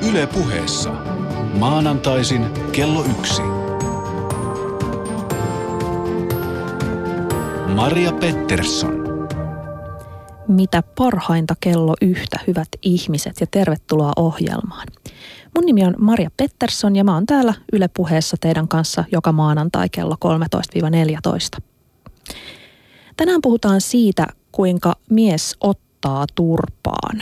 Yle Puheessa. Maanantaisin kello 1. Maria Pettersson. Mitä parhainta kello 1, hyvät ihmiset, ja tervetuloa ohjelmaan. Mun nimi on Maria Pettersson ja mä oon täällä Yle Puheessa teidän kanssa joka maanantai kello 13-14. Tänään puhutaan siitä, kuinka mies ottaa turpaan.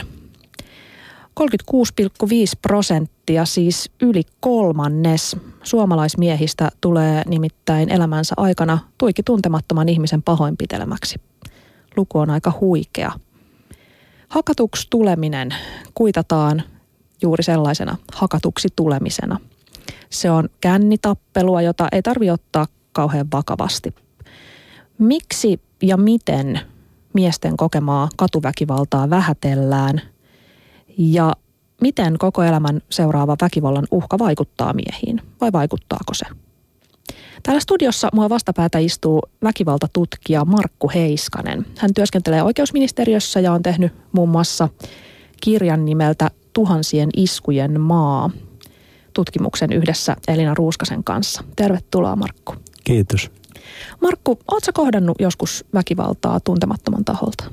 36,5%, siis yli kolmannes suomalaismiehistä tulee nimittäin elämänsä aikana tuiki tuntemattoman ihmisen pahoinpitelemäksi. Luku on aika huikea. Hakatuksi tuleminen kuitataan juuri sellaisena hakatuksi tulemisena. Se on kännitappelua, jota ei tarvitse ottaa kauhean vakavasti. Miksi ja miten miesten kokemaa katuväkivaltaa vähätellään ja miten koko elämän seuraava väkivallan uhka vaikuttaa miehiin vai vaikuttaako se? Täällä studiossa mua vastapäätä istuu väkivaltatutkija Markku Heiskanen. Hän työskentelee oikeusministeriössä ja on tehnyt muun muassa kirjan nimeltä Tuhansien iskujen maa tutkimuksen yhdessä Elina Ruuskasen kanssa. Tervetuloa, Markku. Kiitos. Markku, ootko sä kohdannut joskus väkivaltaa tuntemattoman taholta?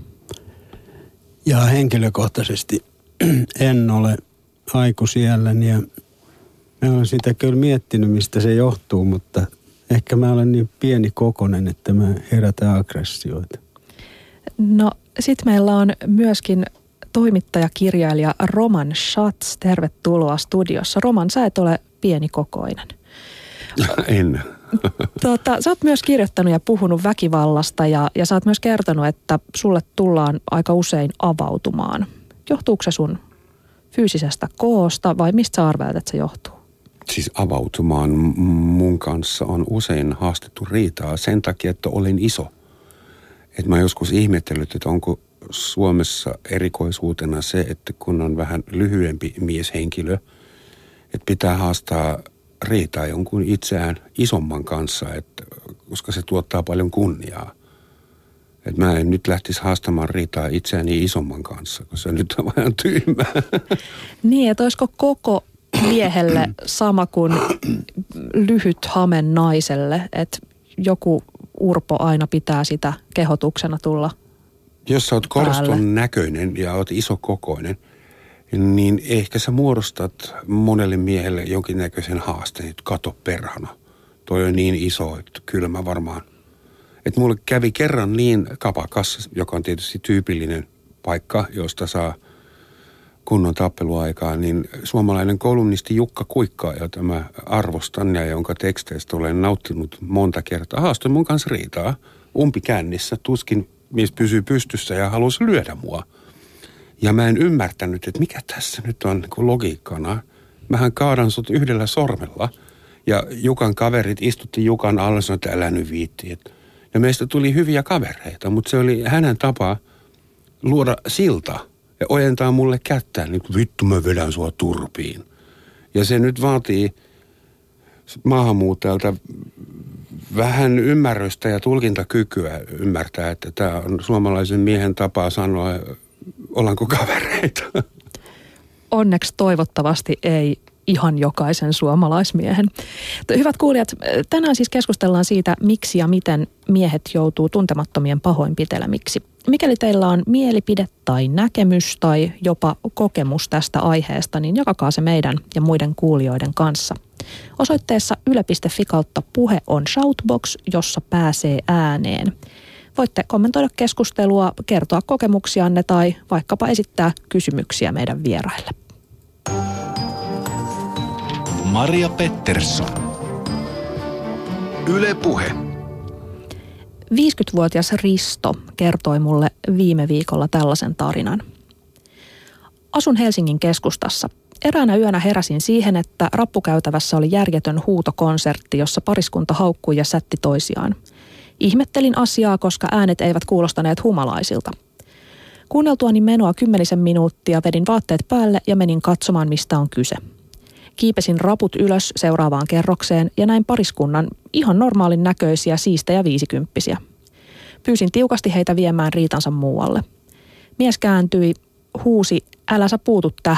Ja henkilökohtaisesti en ole aikuisiälläni ja mä olen sitä kyllä miettinyt, mistä se johtuu, mutta ehkä mä olen niin pieni kokonen, että mä herätän aggressioita. No sit meillä on myöskin toimittaja-kirjailija Roman Schatz. Tervetuloa studiossa. Roman, sä et ole pienikokoinen. En. Sä oot myös kirjoittanut ja puhunut väkivallasta ja sä oot myös kertonut, että sulle tullaan aika usein avautumaan. Johtuuko se sun fyysisestä koosta vai mistä sä arvelet, että se johtuu? Siis avautumaan mun kanssa on usein haastettu riitaa sen takia, että olin iso. Et mä joskus ihmetellyt, että onko Suomessa erikoisuutena se, että kun on vähän lyhyempi mieshenkilö, että pitää haastaa riitaa jonkun itseään isomman kanssa, koska se tuottaa paljon kunniaa. Että mä en nyt lähtisi haastamaan riitaa itseäni isomman kanssa, koska se nyt on vähän tyhmää. Niin, että olisiko koko miehelle sama kuin lyhyt hamen naiselle, että joku urpo aina pitää sitä kehotuksena tulla Jos sä oot korston näköinen ja oot isokokoinen, niin ehkä sä muodostat monelle miehelle jonkinnäköisen haasteen, että kato perhana. Toi on niin iso, että kyllä mä varmaan. Että mulle kävi kerran niin kapakas, joka on tietysti tyypillinen paikka, josta saa kunnon tappeluaikaa, niin suomalainen kolumnisti Jukka Kuikka, jota mä arvostan ja jonka teksteistä olen nauttinut monta kertaa, haastoi mun kanssa riitaa umpikännissä, tuskin mies pysyy pystyssä ja halusi lyödä mua. Ja mä en ymmärtänyt, että mikä tässä nyt on niin logiikkana. Mähän kaadan sut yhdellä sormella ja Jukan kaverit istutti Jukan alle, sanoi, että älä nyt viitti. Ja meistä tuli hyviä kavereita, mutta se oli hänen tapa luoda silta ja ojentaa mulle kättään, niin kuin vittu mä vedän sua turpiin. Ja se nyt vaatii maahanmuuttajalta vähän ymmärrystä ja tulkintakykyä ymmärtää, että tämä on suomalaisen miehen tapa sanoa, ollaanko kavereita. Onneksi toivottavasti ei ihan jokaisen suomalaismiehen. Hyvät kuulijat, tänään siis keskustellaan siitä, miksi ja miten miehet joutuu tuntemattomien pahoinpitelemiksi. Mikäli teillä on mielipide tai näkemys tai jopa kokemus tästä aiheesta, niin jakakaa se meidän ja muiden kuulijoiden kanssa. Osoitteessa yle.fi/puhe on shoutbox, jossa pääsee ääneen. Voitte kommentoida keskustelua, kertoa kokemuksianne tai vaikkapa esittää kysymyksiä meidän vieraille. Maria Pettersson. Yle Puhe. 50-vuotias Risto kertoi mulle viime viikolla tällaisen tarinan. Asun Helsingin keskustassa. Eräänä yönä heräsin siihen, että rappukäytävässä oli järjetön huutokonsertti, jossa pariskunta haukkui ja sätti toisiaan. Ihmettelin asiaa, koska äänet eivät kuulostaneet humalaisilta. Kuunneltuani menoa 10 minuuttia vedin vaatteet päälle ja menin katsomaan, mistä on kyse. Kiipesin raput ylös seuraavaan kerrokseen ja näin pariskunnan ihan normaalin näköisiä siistejä 50-vuotiaita. Pyysin tiukasti heitä viemään riitansa muualle. Mies kääntyi, huusi, älä sä puutu tähän,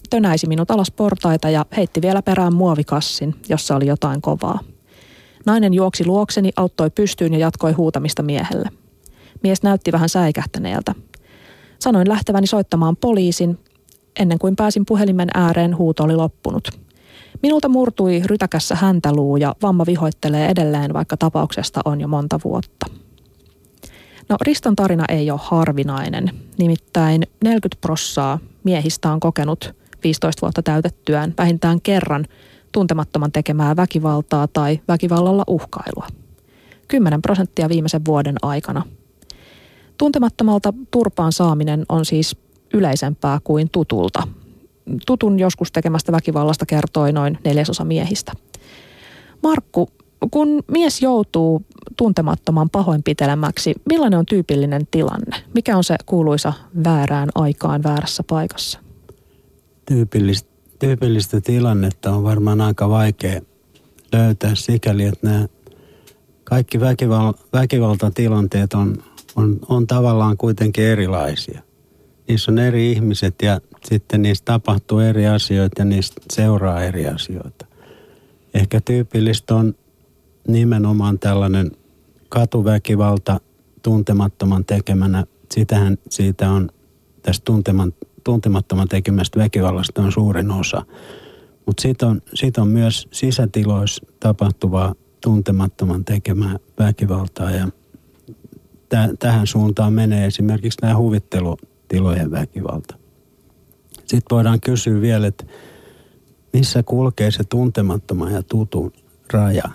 tönäisi minut alas portaita ja heitti vielä perään muovikassin, jossa oli jotain kovaa. Nainen juoksi luokseni, auttoi pystyyn ja jatkoi huutamista miehelle. Mies näytti vähän säikähtäneeltä. Sanoin lähteväni soittamaan poliisin. Ennen kuin pääsin puhelimen ääreen, huuto oli loppunut. Minulta murtui rytäkässä häntäluu ja vamma vihoittelee edelleen, vaikka tapauksesta on jo monta vuotta. No, Riston tarina ei ole harvinainen. Nimittäin 40% miehistä on kokenut 15 vuotta täytettyään vähintään kerran tuntemattoman tekemää väkivaltaa tai väkivallalla uhkailua. 10% viimeisen vuoden aikana. Tuntemattomalta turpaan saaminen on siis yleisempää kuin tutulta. Tutun joskus tekemästä väkivallasta kertoi noin 4% miehistä. Markku, kun mies joutuu tuntemattoman pahoinpitelemäksi, millainen on tyypillinen tilanne? Mikä on se kuuluisa väärään aikaan väärässä paikassa? Tyypillistä tilannetta on varmaan aika vaikea löytää sikäli, että nämä kaikki väkivaltatilanteet on tavallaan kuitenkin erilaisia. Niissä on eri ihmiset ja sitten niistä tapahtuu eri asioita ja niistä seuraa eri asioita. Ehkä tyypillistä on nimenomaan tällainen katuväkivalta tuntemattoman tekemänä. Siitä on tästä tuntemattoman tekemästä väkivallasta on suurin osa. Mutta sit on myös sisätiloissa tapahtuvaa tuntemattoman tekemää väkivaltaa ja tähän suuntaan menee esimerkiksi nämä huvittelutilojen väkivalta. Sitten voidaan kysyä vielä, että missä kulkee se tuntemattoman ja tutun raja.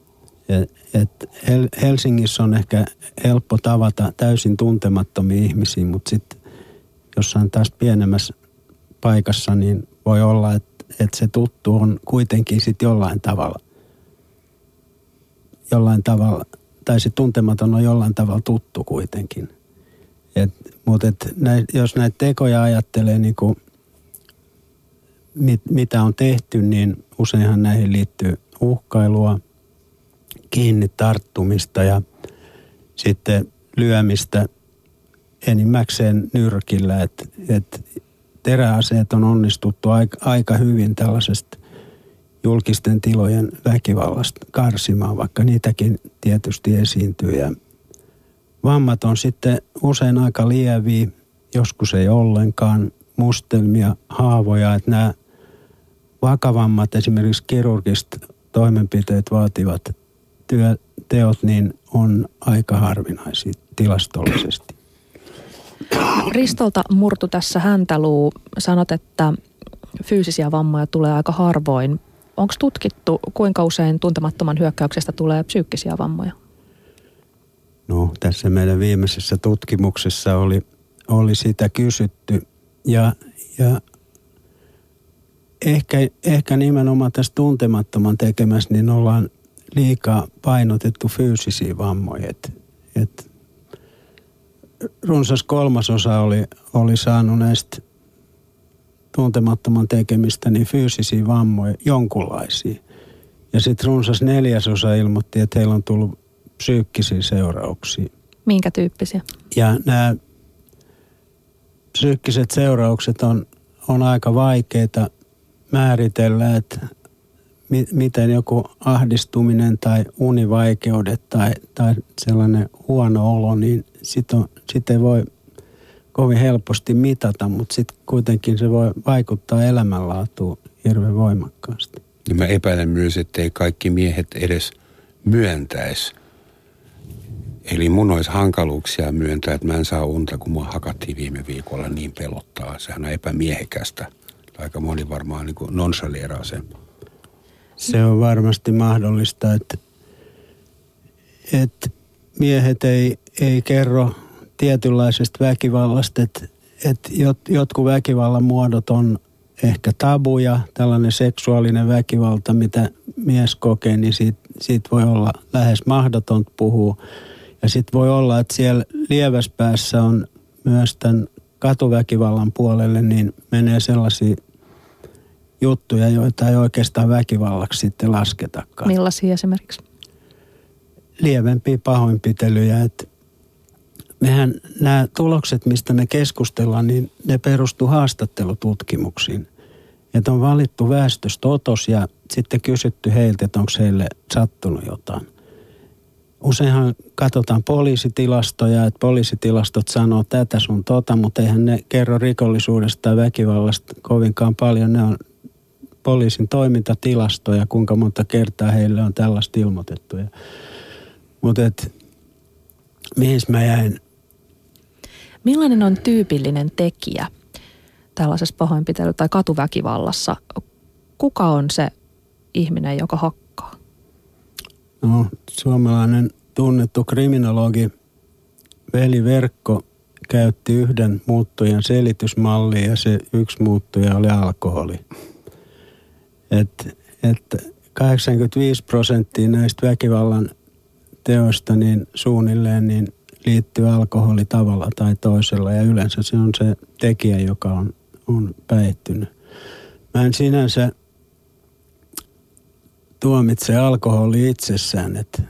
Helsingissä on ehkä helppo tavata täysin tuntemattomia ihmisiä, mutta sitten jossain taas pienemmässä paikassa niin voi olla, että se tuttu on kuitenkin sitten jollain tavalla, tai se tuntematon on jollain tavalla tuttu kuitenkin. Mutta jos näitä tekoja ajattelee, niin kuin, mitä on tehty, niin useinhan näihin liittyy uhkailua, kiinni tarttumista ja sitten lyömistä enimmäkseen nyrkillä. Et teräaseet on onnistuttu aika hyvin tällaisesta julkisten tilojen väkivallasta karsimaan, vaikka niitäkin tietysti esiintyy. Ja vammat on sitten usein aika lieviä, joskus ei ollenkaan, mustelmia, haavoja. Että nämä vakavammat, esimerkiksi kirurgiset toimenpiteet vaativat teot, niin on aika harvinaisia tilastollisesti. Ristolta murtu tässä häntäluu. Sanot, että fyysisiä vammoja tulee aika harvoin. Onko tutkittu, kuinka usein tuntemattoman hyökkäyksestä tulee psyykkisiä vammoja? No, tässä meidän viimeisessä tutkimuksessa oli sitä kysytty. Ja ehkä nimenomaan tässä tuntemattoman tekemässä, niin ollaan liikaa painotettu fyysisiä vammoja. Et runsas 3% oli saanut näistä tuntemattoman tekemistä niin fyysisiä vammoja jonkunlaisia. Ja sitten runsas 4% ilmoitti, että heillä on tullut psyykkisiä seurauksia. Minkä tyyppisiä? Ja nämä psyykkiset seuraukset on aika vaikeita määritellä, että miten joku ahdistuminen tai univaikeudet tai sellainen huono olo, niin sit ei voi kovin helposti mitata, mutta sitten kuitenkin se voi vaikuttaa elämänlaatuun hirveän voimakkaasti. Ja mä epäilen myös, ettei kaikki miehet edes myöntäisi. Eli mun olisi hankaluuksia myöntää, että mä en saa unta, kun mua hakattiin viime viikolla, niin pelottaa. Sehän on epämiehekästä. Aika moni varmaan niin kuin nonchaleeraa sen. Se on varmasti mahdollista, että miehet ei kerro tietynlaisesta väkivallasta, että jotkut väkivallan muodot on ehkä tabuja, tällainen seksuaalinen väkivalta, mitä mies kokee, niin siitä voi olla lähes mahdotonta puhua. Ja sitten voi olla, että siellä lievässä päässä on myös tämän katuväkivallan puolelle, niin menee sellaisia juttuja, joita ei oikeastaan väkivallaksi sitten lasketakaan. Millaisia esimerkiksi? Lievempiä pahoinpitelyjä. Että mehän nämä tulokset, mistä me keskustellaan, niin ne perustuu haastattelututkimuksiin. Että on valittu väestöstä otos ja sitten kysytty heiltä, että onko heille sattunut jotain. Useinhan katsotaan poliisitilastoja, että poliisitilastot sanoo tätä sun mutta eihän ne kerro rikollisuudesta tai väkivallasta kovinkaan paljon. Ne on poliisin toimintatilastoja, kuinka monta kertaa heille on tällaista ilmoitettu. Mutta mihin mä jäin? Millainen on tyypillinen tekijä tällaisessa pahoinpitely- tai katuväkivallassa? Kuka on se ihminen, joka hakkaa? No, suomalainen tunnettu kriminologi Veli Verkko käytti yhden muuttujan selitysmallia ja se yksi muuttuja oli alkoholi. Että 85% näistä väkivallan teoista niin suunnilleen niin liittyy alkoholi tavalla tai toisella ja yleensä se on se tekijä, joka on päihtynyt. Mä en sinänsä tuomitse alkoholi itsessään, että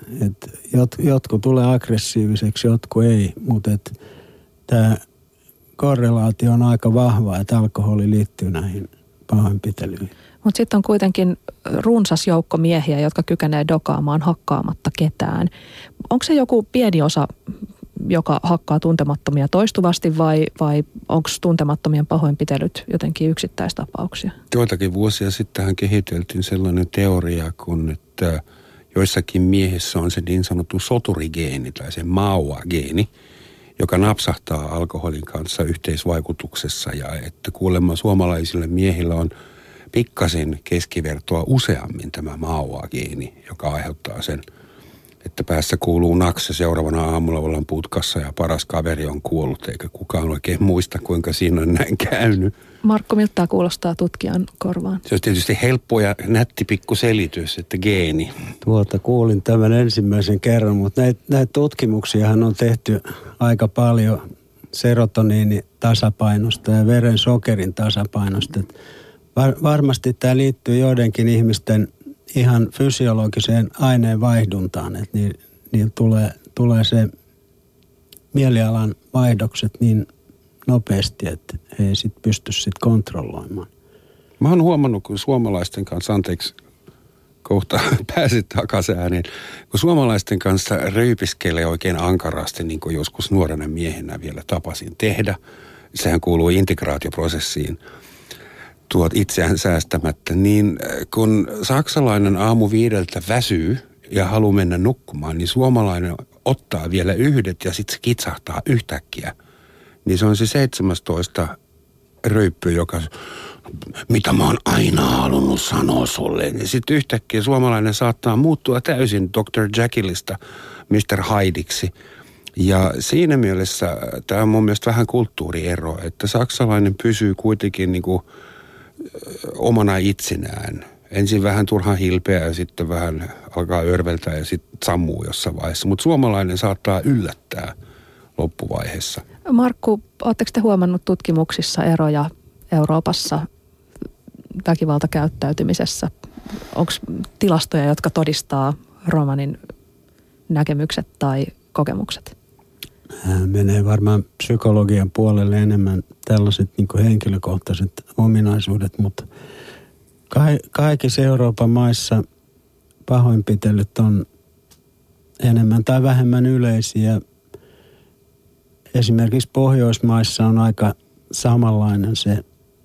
jotkut tulee aggressiiviseksi, jotkut ei, mutta tämä korrelaatio on aika vahva, että alkoholi liittyy näihin pahoinpitelyihin. Mutta sitten on kuitenkin runsas joukko miehiä, jotka kykenee dokaamaan hakkaamatta ketään. Onko se joku pieni osa, joka hakkaa tuntemattomia toistuvasti vai onko tuntemattomien pahoinpitelyt jotenkin yksittäistapauksia? Joitakin vuosia sittenhän kehiteltiin sellainen teoria, kun että joissakin miehissä on se niin sanottu soturigeeni tai se MAOA-geeni, joka napsahtaa alkoholin kanssa yhteisvaikutuksessa ja että kuulemma suomalaisilla miehillä on pikkasen keskivertoa useammin tämä MAOA-geeni, joka aiheuttaa sen, että päässä kuuluu nakse, seuraavana aamulla ollaan putkassa ja paras kaveri on kuollut, eikä kukaan oikein muista, kuinka siinä on näin käynyt. Markku, miltä tämä kuulostaa tutkijan korvaan? Se on tietysti helppo ja nätti pikku selitys, että geeni. Kuulin tämän ensimmäisen kerran, mutta näitä tutkimuksiahan on tehty aika paljon serotoniinitasapainosta ja veren sokerin tasapainosta. Varmasti tämä liittyy joidenkin ihmisten ihan fysiologiseen aineenvaihduntaan, että niillä tulee se mielialan vaihdokset niin nopeasti, että he ei sitten pysty sitten kontrolloimaan. Mä oon huomannut, kun suomalaisten kanssa, anteeksi, kohta pääsit takaisin ääneen, kun suomalaisten kanssa ryypiskelee oikein ankarasti, niin kuin joskus nuorena miehenä vielä tapasin tehdä. Sehän kuuluu integraatioprosessiin. Itseään säästämättä, niin kun saksalainen aamu 5 väsyy ja haluaa mennä nukkumaan, niin suomalainen ottaa vielä yhdet ja sitten se kitsahtaa yhtäkkiä. Niin se on se 17 röyppy, joka, mitä mä oon aina halunnut sanoa sulle. Niin sitten yhtäkkiä suomalainen saattaa muuttua täysin Dr. Jekyllista Mr. Hydeiksi. Ja siinä mielessä tämä on mun mielestä vähän kulttuuriero, että saksalainen pysyy kuitenkin niin kuin omana itsenään. Ensin vähän turhan hilpeä ja sitten vähän alkaa örveltää ja sitten sammuu jossain vaiheessa. Mutta suomalainen saattaa yllättää loppuvaiheessa. Markku, oletteko te huomannut tutkimuksissa eroja Euroopassa väkivaltakäyttäytymisessä? Onko tilastoja, jotka todistaa romanin näkemykset tai kokemukset? Menee varmaan psykologian puolelle enemmän tällaiset niin kuin henkilökohtaiset ominaisuudet, mutta kaikissa Euroopan maissa pahoinpitelyt on enemmän tai vähemmän yleisiä. Esimerkiksi Pohjoismaissa on aika samanlainen se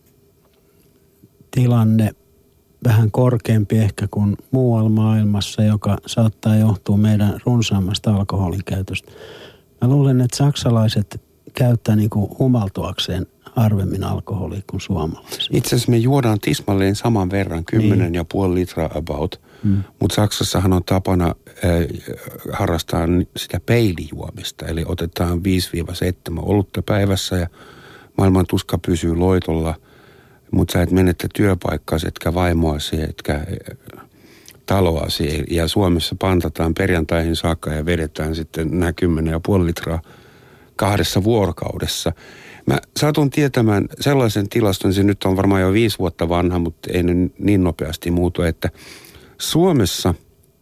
tilanne, vähän korkeampi ehkä kuin muualla maailmassa, joka saattaa johtua meidän runsaammasta alkoholin käytöstä. Mä luulen, että saksalaiset käyttää niin kuin humaltuakseen harvemmin alkoholia kuin suomalaiset. Itse asiassa me juodaan tismalleen saman verran, 10,5 litraa about. Mutta Saksassahan on tapana harrastaa sitä peilijuomista. Eli otetaan 5-7 olutta päivässä ja maailman tuska pysyy loitolla. Mutta sä et menetä työpaikkaasi, etkä vaimoasi, etkä taloasi. Ja Suomessa pantataan perjantaihin saakka ja vedetään sitten nämä 10,5 litraa 2 vuorokaudessa. Mä satun tietämään sellaisen tilaston, se nyt on varmaan jo 5 vuotta vanha, mutta ei niin nopeasti muutu, että Suomessa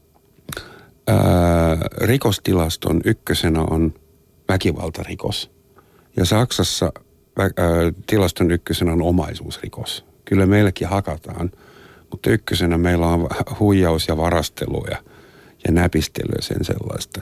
rikostilaston ykkösenä on väkivaltarikos ja Saksassa tilaston ykkösenä on omaisuusrikos. Kyllä meilläkin hakataan, mutta ykkösenä meillä on huijaus ja varastelu ja näpistely ja sen sellaista.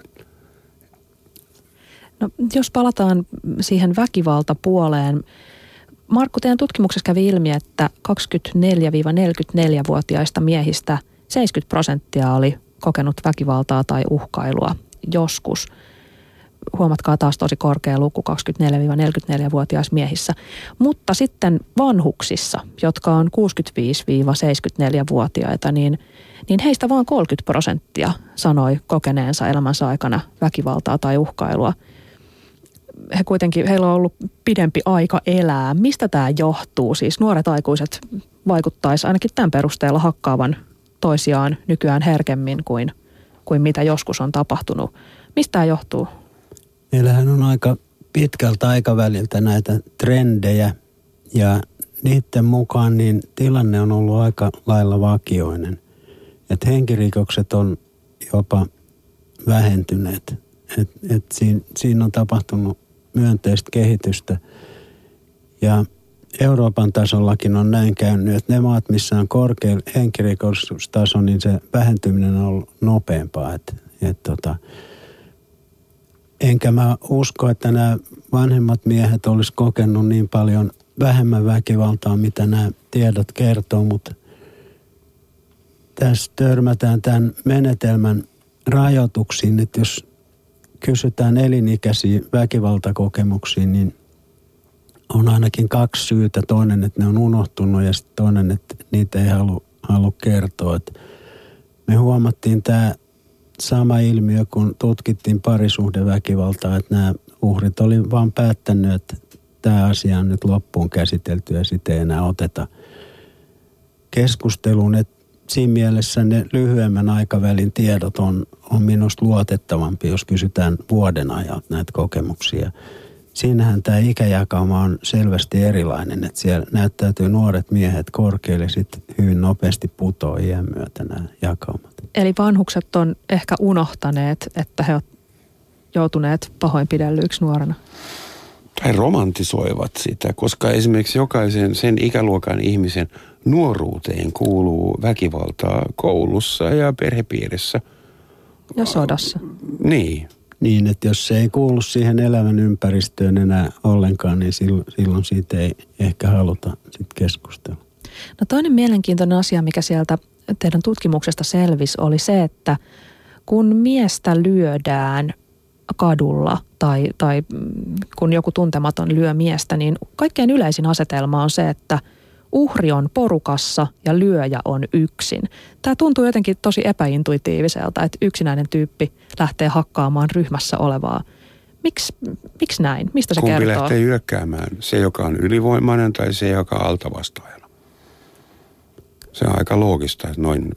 No, jos palataan siihen väkivaltapuoleen. Markku, teidän tutkimuksessa kävi ilmi, että 24-44-vuotiaista miehistä 70% oli kokenut väkivaltaa tai uhkailua joskus. Huomatkaa taas tosi korkea luku 24-44-vuotiaissa miehissä. Mutta sitten vanhuksissa, jotka on 65-74-vuotiaita, niin heistä vaan 30% sanoi kokeneensa elämänsä aikana väkivaltaa tai uhkailua. Heillä on ollut pidempi aika elää. Mistä tämä johtuu? Siis nuoret aikuiset vaikuttaisi ainakin tämän perusteella hakkaavan toisiaan nykyään herkemmin kuin mitä joskus on tapahtunut. Mistä tämä johtuu? Meillähän on aika pitkältä aikaväliltä näitä trendejä ja niiden mukaan niin tilanne on ollut aika lailla vakioinen. Että henkirikokset on jopa vähentyneet. Siinä on tapahtunut myönteistä kehitystä. Ja Euroopan tasollakin on näin käynyt, että ne maat, missä on korkea henkirikostaso, niin se vähentyminen on ollut nopeampaa. Enkä mä usko, että nämä vanhemmat miehet olisi kokenut niin paljon vähemmän väkivaltaa, mitä nämä tiedot kertoo, mutta tässä törmätään tämän menetelmän rajoituksiin, että jos kysytään elinikäisiä väkivaltakokemuksiin, niin on ainakin 2 syytä. Toinen, että ne on unohtunut ja sitten toinen, että niitä ei halua kertoa. Et me huomattiin tämä sama ilmiö, kun tutkittiin parisuhdeväkivaltaa, että nämä uhrit oli vaan päättänyt, että tämä asia on nyt loppuun käsitelty ja sitä ei enää oteta keskusteluun. Että siinä mielessä ne lyhyemmän aikavälin tiedot on minusta luotettavampi, jos kysytään vuoden ajalta näitä kokemuksia. Siinähän tämä ikäjakauma on selvästi erilainen, että siellä näyttäytyy nuoret miehet korkealle, sitten hyvin nopeasti putoaa iän myötä nämä jakaumat. Eli vanhukset on ehkä unohtaneet, että he ovat joutuneet pahoinpidellyiksi nuorena. Tai romantisoivat sitä, koska esimerkiksi jokaisen sen ikäluokan ihmisen nuoruuteen kuuluu väkivaltaa koulussa ja perhepiirissä. Ja sodassa. Niin. Niin, että jos se ei kuulu siihen elämän ympäristöön enää ollenkaan, niin silloin siitä ei ehkä haluta sitten keskustella. No toinen mielenkiintoinen asia, mikä sieltä teidän tutkimuksesta selvisi, oli se, että kun miestä lyödään kadulla tai kun joku tuntematon lyö miestä, niin kaikkein yleisin asetelma on se, että uhri on porukassa ja lyöjä on yksin. Tämä tuntuu jotenkin tosi epäintuitiiviselta, että yksinäinen tyyppi lähtee hakkaamaan ryhmässä olevaa. Miksi näin? Mistä se kertoo? Kumpi lähtee hyökkäämään? Se, joka on ylivoimainen tai se, joka on altavastaajana? Se on aika loogista, että noin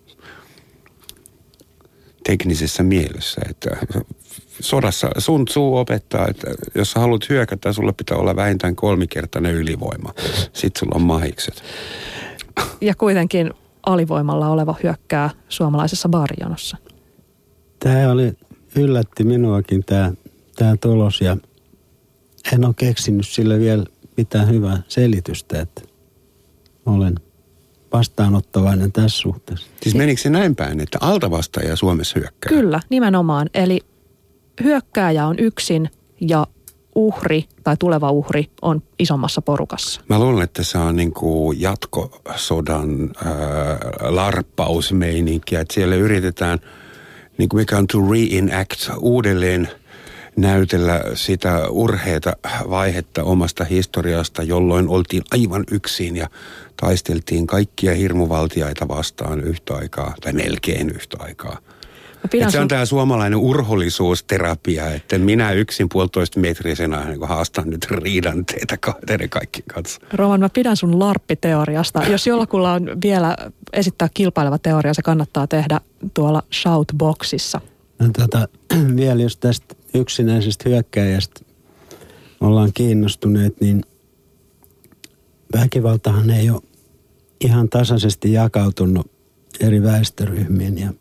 teknisessä mielessä, että sodassa Sun Tzu opettaa, että jos sä haluat hyökätä, sulla pitää olla vähintään 3-kertainen ylivoima. Sitten sulla on mahikset. Ja kuitenkin alivoimalla oleva hyökkää suomalaisessa baarijonossa. Tämä yllätti minuakin tämä tulos ja en ole keksinyt sille vielä mitään hyvää selitystä, että olen vastaanottavainen tässä suhteessa. Siis menikö se näin päin, että altavastaaja Suomessa hyökkää? Kyllä, nimenomaan. Eli hyökkääjä on yksin ja uhri tai tuleva uhri on isommassa porukassa. Mä luulen, että se on niin kuin jatkosodan larppausmeininkiä, että siellä yritetään, niin kuin mikä on to reenact, uudelleen näytellä sitä urheata vaihetta omasta historiasta, jolloin oltiin aivan yksin ja taisteltiin kaikkia hirmuvaltiaita vastaan yhtä aikaa, tai melkein yhtä aikaa. Se on tämä suomalainen urhollisuusterapia, että minä yksin 1,5 metrisenä niin haastan nyt riidan teitä teidän kaikki kanssa. Roman, mä pidän sun larppiteoriasta. Jos jollakulla on vielä esittää kilpaileva teoria, se kannattaa tehdä tuolla shoutboxissa. No vielä jos tästä yksinäisestä hyökkääjästä ollaan kiinnostuneet, niin väkivaltahan ei ole ihan tasaisesti jakautunut eri väestöryhmiin ja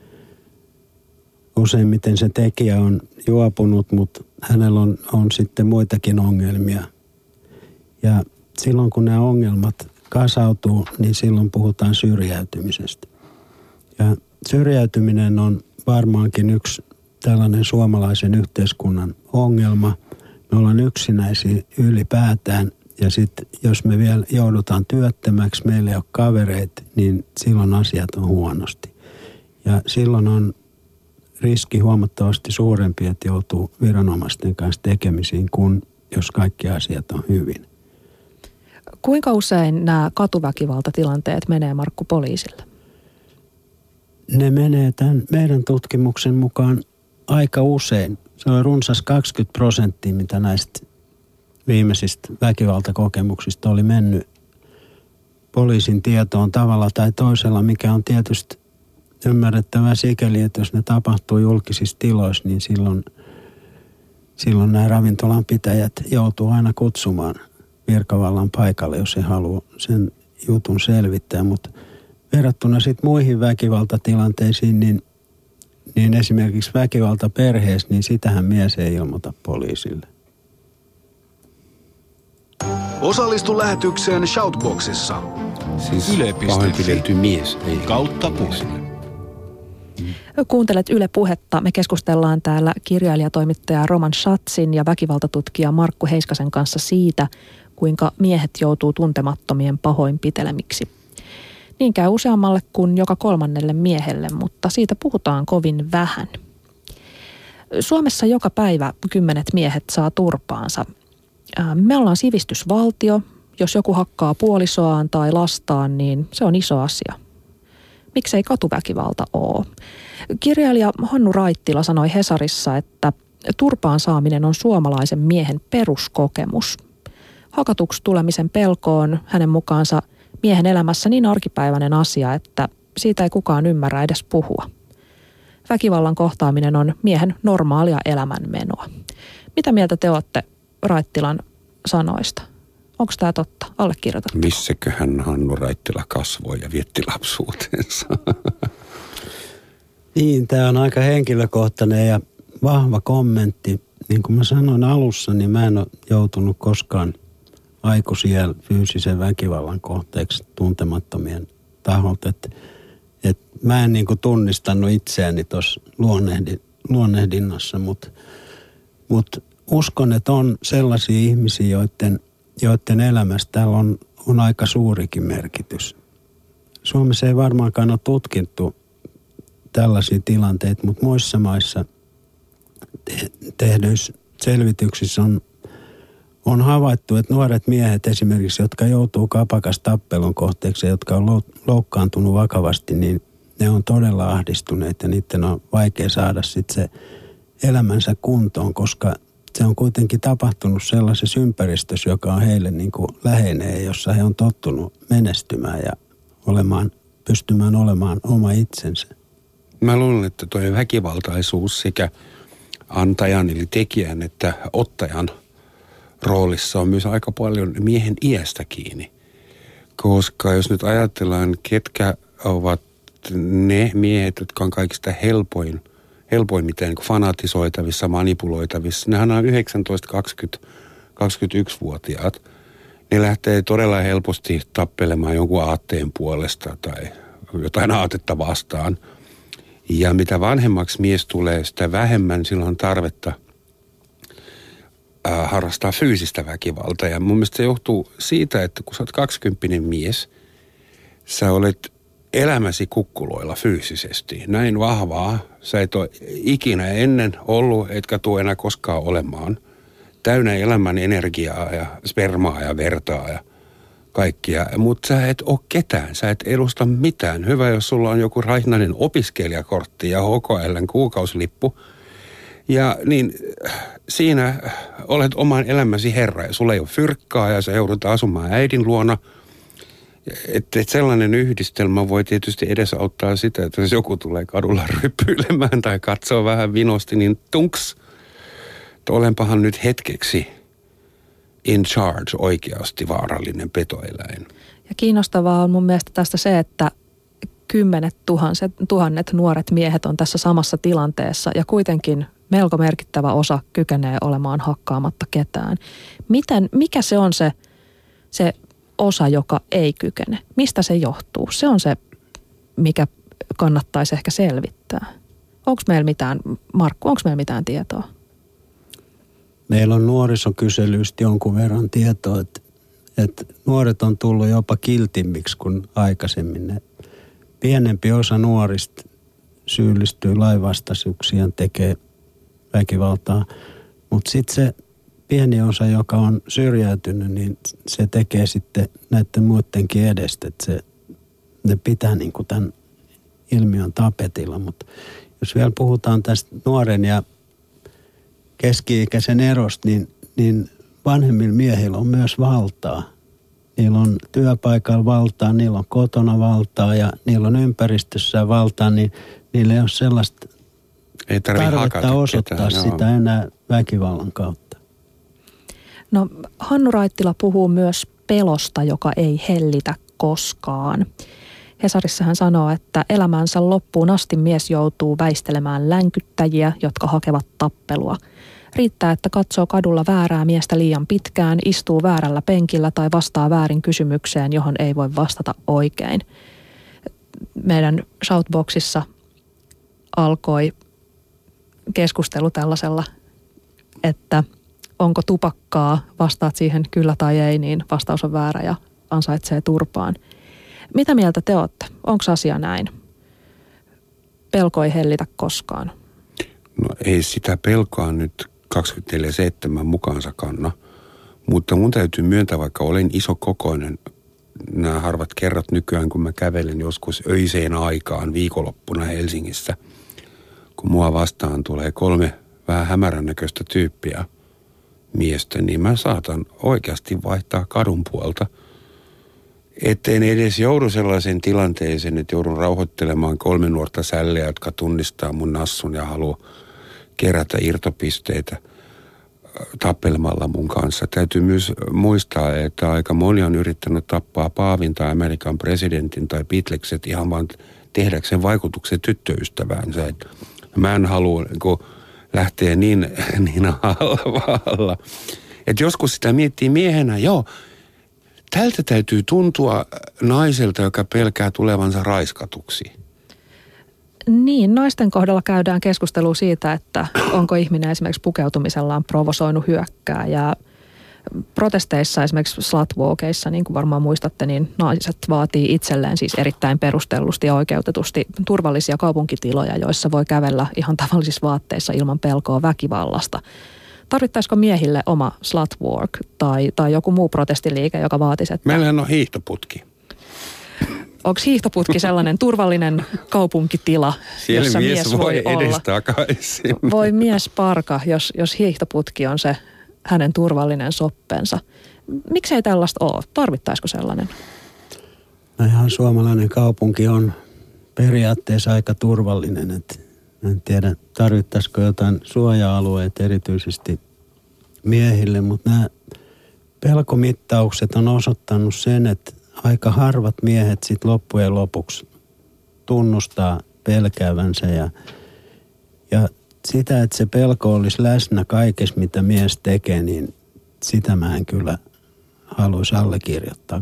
useimmiten se tekijä on juopunut, mutta hänellä on sitten muitakin ongelmia. Ja silloin kun nämä ongelmat kasautuu, niin silloin puhutaan syrjäytymisestä. Ja syrjäytyminen on varmaankin yksi tällainen suomalaisen yhteiskunnan ongelma. Me ollaan yksinäisiä ylipäätään ja sitten jos me vielä joudutaan työttömäksi, meillä ei ole kavereita, niin silloin asiat on huonosti. Ja silloin on riski huomattavasti suurempi, että joutuu viranomaisten kanssa tekemisiin, kuin jos kaikki asiat on hyvin. Kuinka usein nämä katuväkivaltatilanteet menee, Markku, poliisille? Ne menee tämän meidän tutkimuksen mukaan aika usein. Se on runsas 20%, mitä näistä viimeisistä väkivaltakokemuksista oli mennyt poliisin tietoon tavalla tai toisella, mikä on tietysti ymmärrettävää sikäli, että jos ne tapahtuu julkisissa tiloissa, niin silloin nämä ravintolanpitäjät joutuu aina kutsumaan virkavallan paikalle, jos he haluaa sen jutun selvittää. Mutta verrattuna sitten muihin väkivaltatilanteisiin, niin esimerkiksi väkivalta perheessä, niin sitähän mies ei ilmoita poliisille. Osallistu lähetykseen Shoutboxissa. Siis pahoinpidelty mies ei kautta puhe. Kuuntelet Yle Puhetta. Me keskustellaan täällä kirjailijatoimittaja Roman Schatzin ja väkivaltatutkija Markku Heiskasen kanssa siitä, kuinka miehet joutuu tuntemattomien pahoinpitelemiksi. Niin käy useammalle kuin joka 3. miehelle, mutta siitä puhutaan kovin vähän. Suomessa joka päivä 10 miehet saa turpaansa. Me ollaan sivistysvaltio. Jos joku hakkaa puolisoaan tai lastaan, niin se on iso asia. Miksei katuväkivalta ole? Kirjailija Hannu Raittila sanoi Hesarissa, että turpaan saaminen on suomalaisen miehen peruskokemus. Hakatuksi tulemisen pelko on hänen mukaansa miehen elämässä niin arkipäiväinen asia, että siitä ei kukaan ymmärrä edes puhua. Väkivallan kohtaaminen on miehen normaalia elämänmenoa. Mitä mieltä te olette Raittilan sanoista? Onko tämä totta? Allekirjoitatko? Missäköhän Hannu Raittila kasvoi ja vietti lapsuutensa? Niin, tämä on aika henkilökohtainen ja vahva kommentti. Niin kuin mä sanoin alussa, niin mä en ole joutunut koskaan aikuisiellä fyysisen väkivallan kohteeksi tuntemattomien taholta. Et mä en niin kuin tunnistanut itseäni tuossa luonnehdinnassa, mutta uskon, että on sellaisia ihmisiä, joiden elämässä täällä on aika suurikin merkitys. Suomessa ei varmaankaan ole tutkittu tällaisia tilanteita, mutta muissa maissa tehdyissä selvityksissä on havaittu, että nuoret miehet esimerkiksi, jotka joutuu kapakas tappelun kohteeksi ja jotka on loukkaantunut vakavasti, niin ne on todella ahdistuneet ja niiden on vaikea saada sitten se elämänsä kuntoon, koska se on kuitenkin tapahtunut sellaisessa ympäristössä, joka on heille niin kuin läheinen ja jossa he on tottunut menestymään ja pystymään olemaan oma itsensä. Mä luulen, että tuo väkivaltaisuus sekä antajan eli tekijän että ottajan roolissa on myös aika paljon miehen iästä kiinni. Koska jos nyt ajatellaan, ketkä ovat ne miehet, jotka on kaikista helpoin mitään niin fanatisoitavissa, manipuloitavissa. Nehän on 19, 20, 21-vuotiaat. Ne lähtee todella helposti tappelemaan jonkun aatteen puolesta tai jotain aatetta vastaan. Ja mitä vanhemmaksi mies tulee, sitä vähemmän sillä on tarvetta harrastaa fyysistä väkivaltaa. Ja mun mielestä se johtuu siitä, että kun sä oot 20 mies, sä olet elämäsi kukkuloilla fyysisesti. Näin vahvaa. Sä et ole ikinä ennen ollut, etkä tule enää koskaan olemaan. Täynnä elämän energiaa ja spermaa ja vertaa ja kaikkia. Mutta sä et ole ketään. Sä et edusta mitään. Hyvä, jos sulla on joku raihnainen opiskelijakortti ja HKL:n kuukausilippu. Ja niin siinä olet oman elämäsi herra ja sulla ei ole fyrkkaa ja sä joudut asumaan äidin luona. Että sellainen yhdistelmä voi tietysti edesauttaa sitä, että jos joku tulee kadulla ryppyilemään tai katsoo vähän vinosti, niin tunks, että olenpahan nyt hetkeksi in charge, oikeasti vaarallinen petoeläin. Ja kiinnostavaa on mun mielestä tästä se, että 10 000 nuoret miehet on tässä samassa tilanteessa ja kuitenkin melko merkittävä osa kykenee olemaan hakkaamatta ketään. Mikä se on se osa, joka ei kykene. Mistä se johtuu? Se on se, mikä kannattaisi ehkä selvittää. Onko meillä mitään, Markku, onko meillä mitään tietoa? Meillä on nuorisokyselyistä jonkun verran tietoa, että nuoret on tullut jopa kiltimmiksi kuin aikaisemmin. Pienempi osa nuorista syyllistyy lainvastaisuuksiin ja tekee väkivaltaa, mutta sitten se pieni osa, joka on syrjäytynyt, niin se tekee sitten näiden muidenkin edestä, että ne pitää niin kuin tämän ilmiön tapetilla. Mutta jos vielä puhutaan tästä nuoren ja keski-ikäisen erosta, niin vanhemmilla miehillä on myös valtaa. Niillä on työpaikalla valtaa, niillä on kotona valtaa ja niillä on ympäristössä valtaa, niin niillä ei ole sellaista tarvetta osoittaa sitä enää väkivallan kautta. No, Hannu Raittila puhuu myös pelosta, joka ei hellitä koskaan. Hesarissa hän sanoo, että elämänsä loppuun asti mies joutuu väistelemään länkyttäjiä, jotka hakevat tappelua. Riittää, että katsoo kadulla väärää miestä liian pitkään, istuu väärällä penkillä tai vastaa väärin kysymykseen, johon ei voi vastata oikein. Meidän Shoutboxissa alkoi keskustelu tällaisella, että onko tupakkaa, vastaat siihen kyllä tai ei, niin vastaus on väärä ja ansaitsee turpaan. Mitä mieltä te olette? Onko asia näin? Pelko ei hellitä koskaan. No ei sitä pelkoa nyt 24/7 mukaansa kanna, mutta mun täytyy myöntää, vaikka olen isokokoinen, nämä harvat kerrat nykyään, kun mä kävelen joskus öiseen aikaan viikonloppuna Helsingissä, kun mua vastaan tulee 3 vähän hämärän näköistä tyyppiä miestä, niin mä saatan oikeasti vaihtaa kadun puolta. Etten edes joudu sellaiseen tilanteeseen, että joudun rauhoittelemaan 3 nuorta sälleä, jotka tunnistaa mun nassun ja haluaa kerätä irtopisteitä tappelemalla mun kanssa. Täytyy myös muistaa, että aika moni on yrittänyt tappaa paavin tai Amerikan presidentin tai Beatlekset ihan vaan tehdäkseen vaikutuksen tyttöystäväänsä. Mä en halua lähteä niin alla. Että joskus sitä miettii miehenä, joo, tältä täytyy tuntua naiselta, joka pelkää tulevansa raiskatuksi. Niin, naisten kohdalla käydään keskustelua siitä, että onko ihminen esimerkiksi pukeutumisellaan provosoinut hyökkääjää. Protesteissa, esimerkiksi slutwalkeissa, niin kuin varmaan muistatte, niin naiset vaatii itselleen siis erittäin perustellusti ja oikeutetusti turvallisia kaupunkitiloja, joissa voi kävellä ihan tavallisissa vaatteissa ilman pelkoa väkivallasta. Tarvittaisiko miehille oma slutwalk tai joku muu protestiliike, joka vaatisi, että... Meillähän on hiihtoputki. Onko hiihtoputki sellainen turvallinen kaupunkitila, jossa mies voi olla? Edestakaisin. Voi mies parka, jos hiihtoputki on se hänen turvallinen soppensa. Miksei tällaista ole? Tarvittaisiko sellainen? No ihan suomalainen kaupunki on periaatteessa aika turvallinen. En tiedä, tarvittaisiko jotain suoja-alueita erityisesti miehille, mutta nämä pelkomittaukset on osoittanut sen, että aika harvat miehet sitten loppujen lopuksi tunnustaa pelkäävänsä ja sitä, että se pelko olisi läsnä kaikessa, mitä mies tekee, niin sitä mä en kyllä haluaisi allekirjoittaa,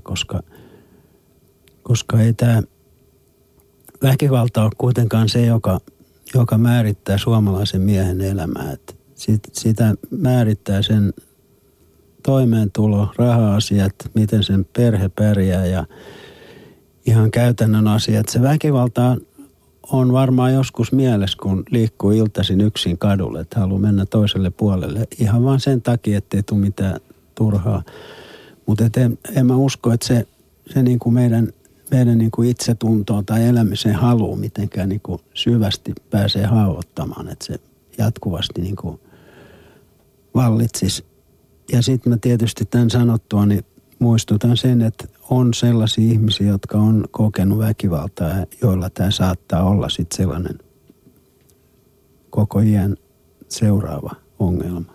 koska ei tämä väkivalta ole kuitenkaan se, joka määrittää suomalaisen miehen elämää. Että sitä määrittää sen toimeentulo, raha-asiat, miten sen perhe pärjää ja ihan käytännön asiat. Se väkivalta on varmaan joskus mielessä, kun liikkuu iltaisin yksin kadulle, että haluaa mennä toiselle puolelle. Ihan vaan sen takia, ettei tule mitään turhaa. Mutta en mä usko, että se niin kuin meidän niin kuin itsetuntoa tai elämisen haluu mitenkään niin kuin syvästi pääsee haavoittamaan, että se jatkuvasti niin kuin vallitsisi. Ja sitten mä tietysti tämän sanottua, niin muistutan sen, että on sellaisia ihmisiä, jotka on kokenut väkivaltaa, joilla tämä saattaa olla sitten sellainen koko iän seuraava ongelma.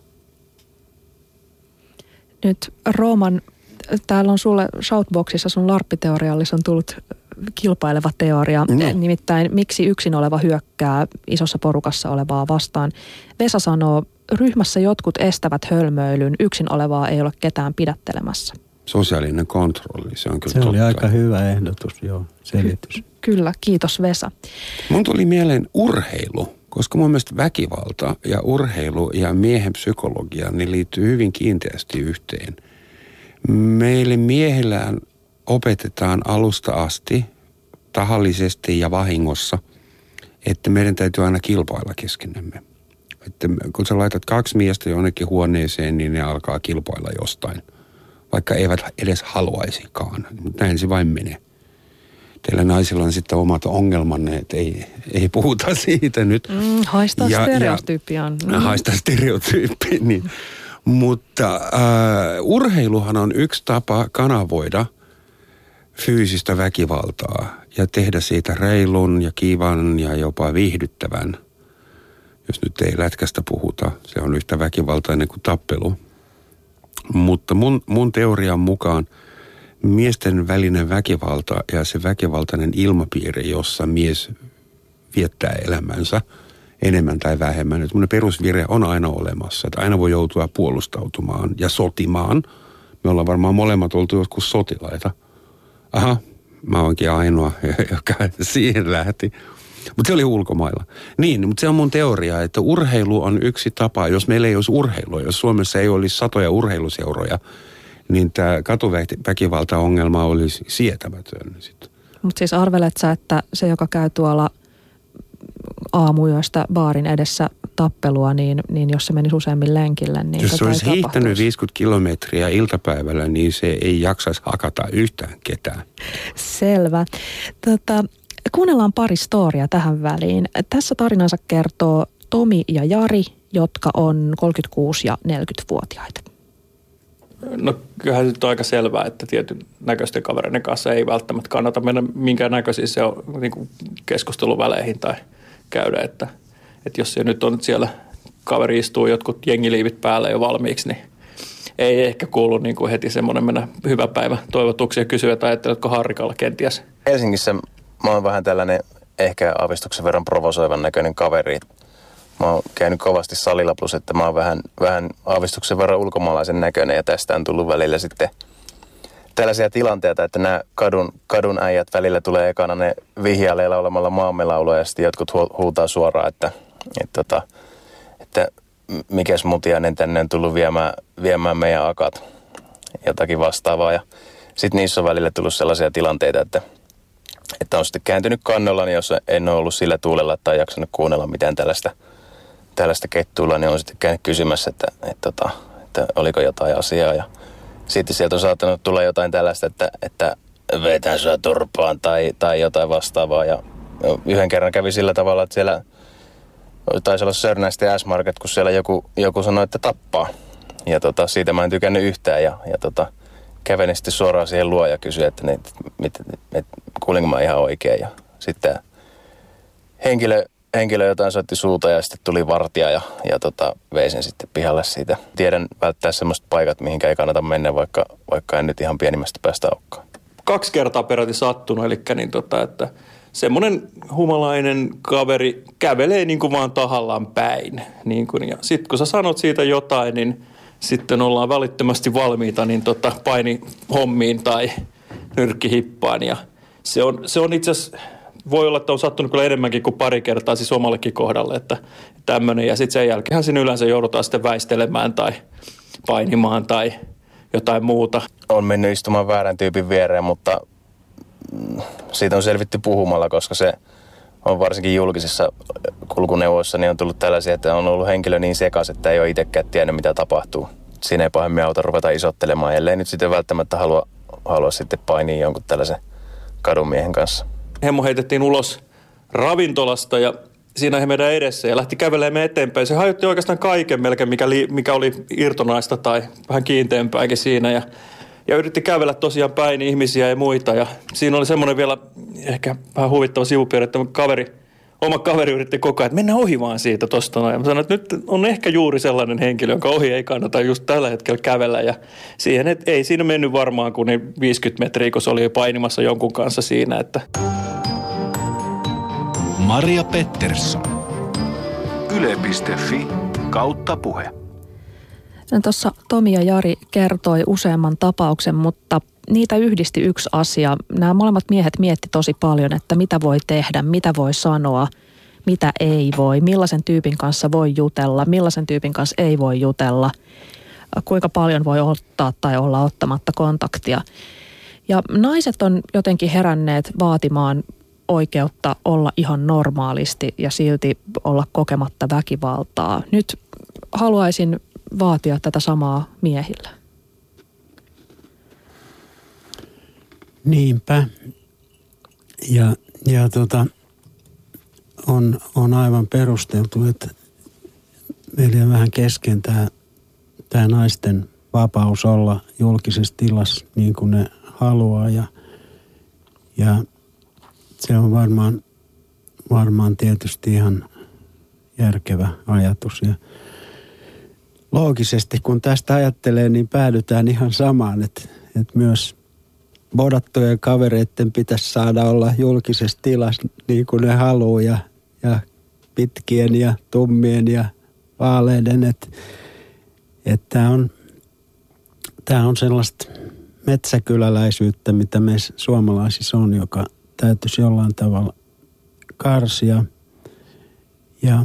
Nyt Rooman, täällä on sulle Shoutboxissa sun larppiteoriallissa on tullut kilpaileva teoria, nimittäin miksi yksin oleva hyökkää isossa porukassa olevaa vastaan. Vesa sanoo, ryhmässä jotkut estävät hölmöilyn, yksin olevaa ei ole ketään pidättelemässä. Sosiaalinen kontrolli, se on kyllä Se totta. oli aika hyvä ehdotus, selitys. Kyllä, kiitos Vesa. Mun tuli mieleen urheilu, koska mun mielestä väkivalta ja urheilu ja miehen psykologia, niin liittyy hyvin kiinteästi yhteen. Meille miehillään opetetaan alusta asti, tahallisesti ja vahingossa, että meidän täytyy aina kilpailla keskenämme. Että kun sä laitat 2 miestä jonnekin huoneeseen, niin ne alkaa kilpailla jostain, vaikka eivät edes haluaisikaan. Mutta näin se vain menee. Teillä naisilla on sitten omat ongelmanne, että ei puhuta siitä nyt. Haistaa stereotyyppiä. Haistaa stereotyyppiä, niin. Mutta urheiluhan on yksi tapa kanavoida fyysistä väkivaltaa ja tehdä siitä reilun ja kivan ja jopa viihdyttävän. Jos nyt ei lätkästä puhuta, se on yhtä väkivaltainen kuin tappelu. Mutta mun teorian mukaan miesten välinen väkivalta ja se väkivaltainen ilmapiiri, jossa mies viettää elämänsä enemmän tai vähemmän. Että mun perusvire on aina olemassa, että aina voi joutua puolustautumaan ja sotimaan. Me ollaan varmaan molemmat oltu joskus sotilaita. Aha, mä oonkin ainoa, joka siihen lähti. Mutta se oli ulkomailla. Niin, mutta se on mun teoria, että urheilu on yksi tapa. Jos meillä ei olisi urheilua, jos Suomessa ei olisi satoja urheiluseuroja, niin tämä katuväkivaltaongelma olisi sietämätön. Mutta siis arvelet sä, että se, joka käy tuolla aamuyöstä baarin edessä tappelua, niin jos se menisi useammin lenkille, niin jos se olisi hiihtänyt 50 kilometriä iltapäivällä, niin se ei jaksaisi hakata yhtään ketään. Selvä. Kuunnellaan pari storia tähän väliin. Tässä tarinansa kertoo Tomi ja Jari, jotka on 36- ja 40-vuotiaita. No kyllähän nyt on aika selvää, että tietyn näköisten kavereiden kanssa ei välttämättä kannata mennä minkään näköisiin se on, niin kuin keskusteluväleihin tai käydä, että jos se nyt on siellä kaveri istuu jotkut jengiliivit päälle jo valmiiksi, niin ei ehkä kuulu niin kuin heti semmoinen mennä hyvä päivä toivotuksia kysyä, että ajatteletko Harrikalla kenties. Helsingissä mä oon vähän tällainen ehkä aavistuksen verran provosoivan näköinen kaveri. Mä oon käynyt kovasti salilla plus, että mä oon vähän aavistuksen verran ulkomaalaisen näköinen ja tästä on tullut välillä sitten tällaisia tilanteita, että nämä kadun äijät välillä tulee ekana ne vihjaileilla olemalla maamelaulua ja sitten jotkut huutaa suoraan, että mikäs mutiainen tänne on tullut viemään meidän akat, jotakin vastaavaa. Ja sitten niissä on välillä tullut sellaisia tilanteita, että on sitten kääntynyt kannollani, jos en ole ollut sillä tuulella tai jaksanut kuunnella mitään tällaista kettuilla, niin on sitten käynyt kysymässä, että oliko jotain asiaa. Ja sitten sieltä on saattanut tulla jotain tällaista, että vetään sua turpaan tai jotain vastaavaa. Ja yhden kerran kävi sillä tavalla, että siellä taisi olla Sörnäisten S-Market, kun siellä joku sanoi, että tappaa. Ja siitä mä en tykännyt yhtään ja kävelin sitten suoraan siihen luo ja kysyin, että kuulinko mä ihan oikein. Ja sitten henkilö jotain soitti suuta ja sitten tuli vartija ja vei sen sitten pihalle siitä. Tiedän välttää semmoista paikat, mihinkä ei kannata mennä, vaikka en nyt ihan pienimmästä päästä olekaan. 2 kertaa peräti sattunut, eli että semmoinen humalainen kaveri kävelee niin kuin vaan tahallaan päin. Niin kuin, ja sitten kun sä sanot siitä jotain, niin sitten ollaan välittömästi valmiita niin painihommiin tai nyrkkihippaan. Ja se on itse asiassa, voi olla, että on sattunut kyllä enemmänkin kuin pari kertaa siis omallekin kohdalle, että tämmöinen. Ja sitten sen jälkeenhän siinä yleensä joudutaan sitten väistelemään tai painimaan tai jotain muuta. On mennyt istumaan väärän tyypin viereen, mutta siitä on selvitty puhumalla, koska se on varsinkin julkisissa kulkuneuvoissa, niin on tullut tällaisia, että on ollut henkilö niin sekas, että ei ole itsekään tiennyt, mitä tapahtuu. Siinä ei pahemmin auta ruveta isottelemaan, ellei nyt sitten välttämättä halua sitten painia jonkun tällaisen kadunmiehen kanssa. Hemmo heitettiin ulos ravintolasta ja siinä he meidän edessä ja lähti kävelemään eteenpäin. Se hajotti oikeastaan kaiken melkein, mikä oli irtonaista tai vähän kiinteämpääkin siinä ja yritti kävellä tosiaan päin ihmisiä ja muita. Ja siinä oli semmoinen vielä ehkä vähän huvittava sivupiirre, että oma kaveri yritti koko ajan, että mennään ohi vaan siitä tosta noin. Ja mä sanoin, että nyt on ehkä juuri sellainen henkilö, jonka ohi ei kannata just tällä hetkellä kävellä. Ja siihen, että ei siinä mennyt varmaan kuin 50 metriä, kun se oli painimassa jonkun kanssa siinä. Että Maria Pettersson. Yle.fi/puhe. Tuossa Tomi ja Jari kertoi useamman tapauksen, mutta niitä yhdisti yksi asia. Nämä molemmat miehet mietti tosi paljon, että mitä voi tehdä, mitä voi sanoa, mitä ei voi, millaisen tyypin kanssa voi jutella, millaisen tyypin kanssa ei voi jutella, kuinka paljon voi ottaa tai olla ottamatta kontaktia. Ja naiset on jotenkin heränneet vaatimaan oikeutta olla ihan normaalisti ja silti olla kokematta väkivaltaa. Nyt haluaisin vaatia tätä samaa miehillä. Niinpä. Ja on aivan perusteltu, että meillä on vähän kesken tämä naisten vapaus olla julkisessa tilassa niin kuin ne haluaa ja se on varmaan tietysti ihan järkevä ajatus ja loogisesti kun tästä ajattelee, niin päädytään ihan samaan, että myös bodattujen kavereiden pitäisi saada olla julkisessa tilassa niin kuin ne haluaa ja pitkien ja tummien ja vaaleiden, että tämä on sellaista metsäkyläläisyyttä, mitä meissä suomalaisissa on, joka täytyisi jollain tavalla karsia. Ja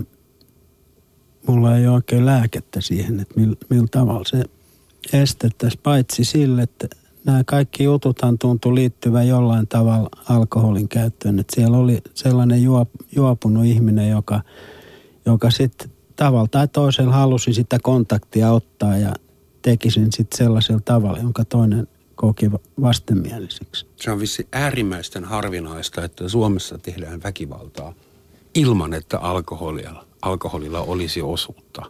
mulla ei ole oikein lääkettä siihen, että millä tavalla se estettäisiin, paitsi sille, että nämä kaikki jututhan tuntui liittyvän jollain tavalla alkoholin käyttöön. Että siellä oli sellainen juopunut ihminen, joka sitten tavalla tai toisella halusi sitä kontaktia ottaa ja teki sen sitten sellaisella tavalla, jonka toinen koki vastenmieliseksi. Se on vissi äärimmäisten harvinaista, että Suomessa tehdään väkivaltaa ilman, että alkoholilla olisi osuutta.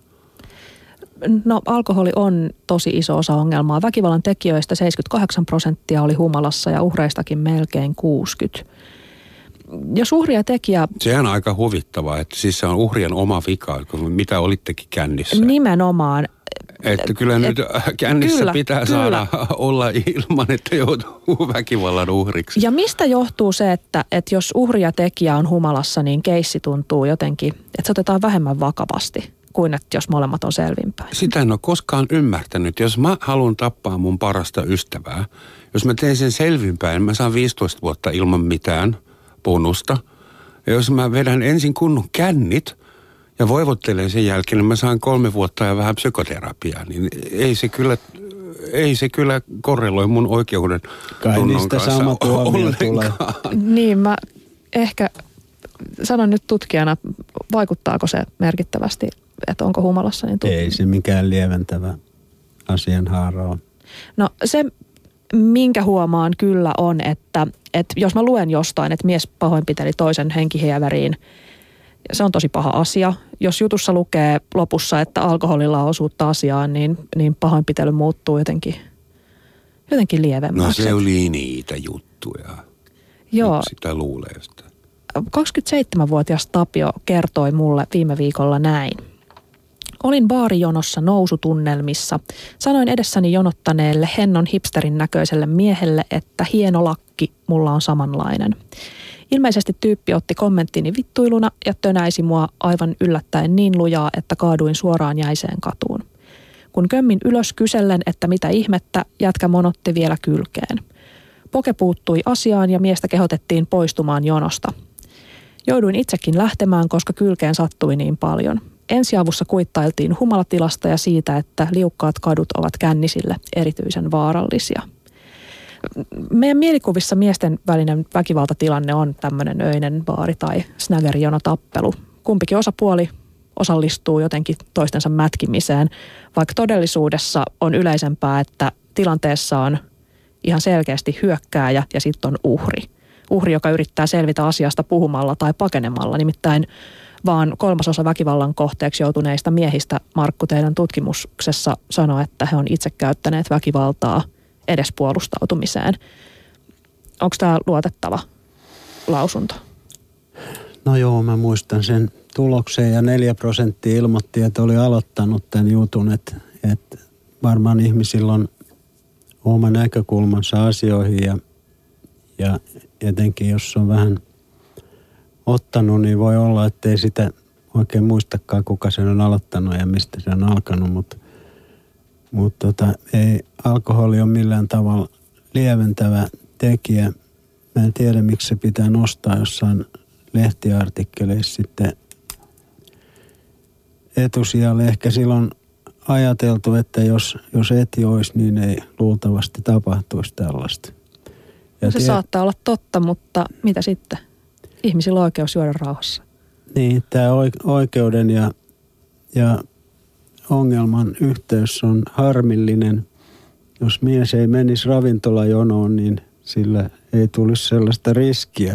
No alkoholi on tosi iso osa ongelmaa. Väkivallan tekijöistä 78% oli humalassa ja uhreistakin melkein 60%. Jos uhri ja tekijä... Sehän on aika huvittavaa, että siis se on uhrien oma vika, mitä olittekin kännissä. Nimenomaan. Että kyllä nyt kännissä pitää saada olla ilman, että joutuu väkivallan uhriksi. Ja mistä johtuu se, että jos uhri ja tekijä on humalassa, niin keissi tuntuu jotenkin, että se otetaan vähemmän vakavasti kuin että jos molemmat on selvinpäin? Sitä en ole koskaan ymmärtänyt. Jos mä haluan tappaa mun parasta ystävää, jos mä teen sen selvinpäin, mä saan 15 vuotta ilman mitään bonusta. Ja jos mä vedän ensin kunnon kännit ja voivottelen sen jälkeen, niin mä saan 3 vuotta ja vähän psykoterapiaa, niin ei se kyllä korreloi mun oikeuden tunnon kanssa sama tuomio tulee. Niin, mä ehkä sanon nyt tutkijana, vaikuttaako se merkittävästi, että onko humalassa? Niin ei se mikään lieventävä asianhaara ole. No se, minkä huomaan kyllä on, että jos mä luen jostain, että mies pahoinpiteli toisen henkihieveriin, se on tosi paha asia. Jos jutussa lukee lopussa, että alkoholilla on osuutta asiaan, niin pahoinpitely muuttuu jotenkin lievemmäksi. No se oli niitä juttuja. Joo. Nyt sitä luulee sitä. 27-vuotias Tapio kertoi mulle viime viikolla näin. Olin baarijonossa nousutunnelmissa. Sanoin edessäni jonottaneelle hennon hipsterin näköiselle miehelle, että hieno lakki, mulla on samanlainen. Ilmeisesti tyyppi otti kommenttini vittuiluna ja tönäisi mua aivan yllättäen niin lujaa, että kaaduin suoraan jäiseen katuun. Kun kömmin ylös kysellen, että mitä ihmettä, jätkä monotti vielä kylkeen. Poke puuttui asiaan ja miestä kehotettiin poistumaan jonosta. Jouduin itsekin lähtemään, koska kylkeen sattui niin paljon. Ensiavussa kuittailtiin humalatilasta ja siitä, että liukkaat kadut ovat kännisille erityisen vaarallisia. Meidän mielikuvissa miesten välinen väkivaltatilanne on tämmöinen öinen baari- tai snägerijonotappelu. Kumpikin osapuoli osallistuu jotenkin toistensa mätkimiseen, vaikka todellisuudessa on yleisempää, että tilanteessa on ihan selkeästi hyökkääjä ja sitten on uhri. Uhri, joka yrittää selvitä asiasta puhumalla tai pakenemalla. Nimittäin vaan 3/3 väkivallan kohteeksi joutuneista miehistä, Markku, teidän tutkimuksessa sanoi, että he on itse käyttäneet väkivaltaa edes puolustautumiseen. Onko tämä luotettava lausunto? No joo, mä muistan sen tuloksen ja 4% ilmoitti, että oli aloittanut tämän jutun, että varmaan ihmisillä on oma näkökulmansa asioihin ja etenkin jos on vähän ottanut, niin voi olla, ettei sitä oikein muistakaan, kuka sen on aloittanut ja mistä se on alkanut, mutta Mutta ei alkoholi ole millään tavalla lieventävä tekijä. Mä en tiedä, miksi se pitää nostaa jossain lehtiartikkeleissa sitten etusijalle. Ehkä silloin ajateltu, että jos et joisi, niin ei luultavasti tapahtuisi tällaista. Ja se saattaa olla totta, mutta mitä sitten? Ihmisillä on oikeus juoda rauhassa. Niin, tämä oikeuden ja ongelman yhteys on harmillinen. Jos mies ei menisi ravintolajonoon, niin sillä ei tulisi sellaista riskiä.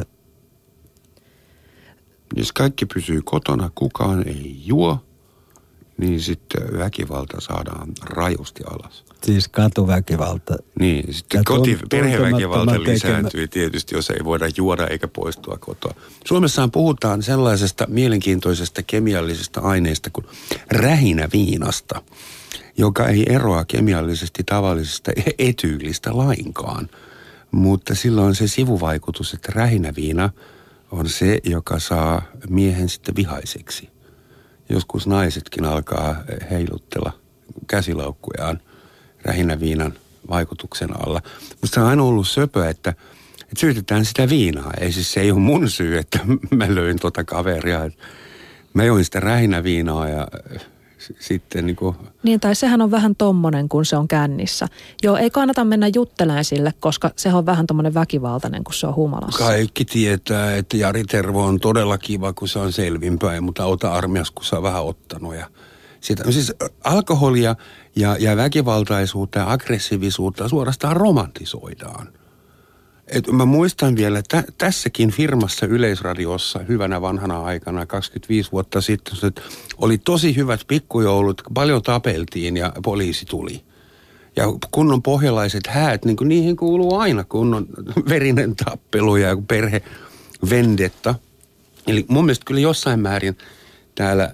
Jos kaikki pysyy kotona, kukaan ei juo, niin sitten väkivalta saadaan rajusti alas. Siis katuväkivalta. Niin, sitten perheväkivalta lisääntyy tietysti, jos ei voida juoda eikä poistua kotoa. Suomessahan puhutaan sellaisesta mielenkiintoisesta kemiallisesta aineesta kuin rähinäviinasta, joka ei eroa kemiallisesti tavallisesta etyylistä lainkaan. Mutta sillä on se sivuvaikutus, että rähinäviina on se, joka saa miehen sitten vihaiseksi. Joskus naisetkin alkaa heiluttella käsilaukkujaan rähinäviinan vaikutuksen alla. Musta on aina ollut söpö, että syytetään sitä viinaa. Se ei ole mun syy, että mä löin kaveria. Mä join sitä rähinäviinaa ja sitten Niin, tai sehän on vähän tommonen, kun se on kännissä. Joo, ei kannata mennä juttelemaan sille, koska se on vähän tommonen väkivaltainen, kun se on humalassa. Kaikki tietää, että Jari Tervo on todella kiva, kun se on selvinpäin, mutta ota armias, kun se on vähän ottanut. Ja siis alkoholia ja väkivaltaisuutta ja aggressiivisuutta suorastaan romantisoidaan. Mä muistan vielä, että tässäkin firmassa Yleisradiossa hyvänä vanhana aikana 25 vuotta sitten, että oli tosi hyvät pikkujoulut, paljon tapeltiin ja poliisi tuli. Ja kunnon pohjalaiset häät, niin kuin niihin kuuluu aina kunnon verinen tappelu ja perhe vendetta. Eli mun mielestä kyllä jossain määrin täällä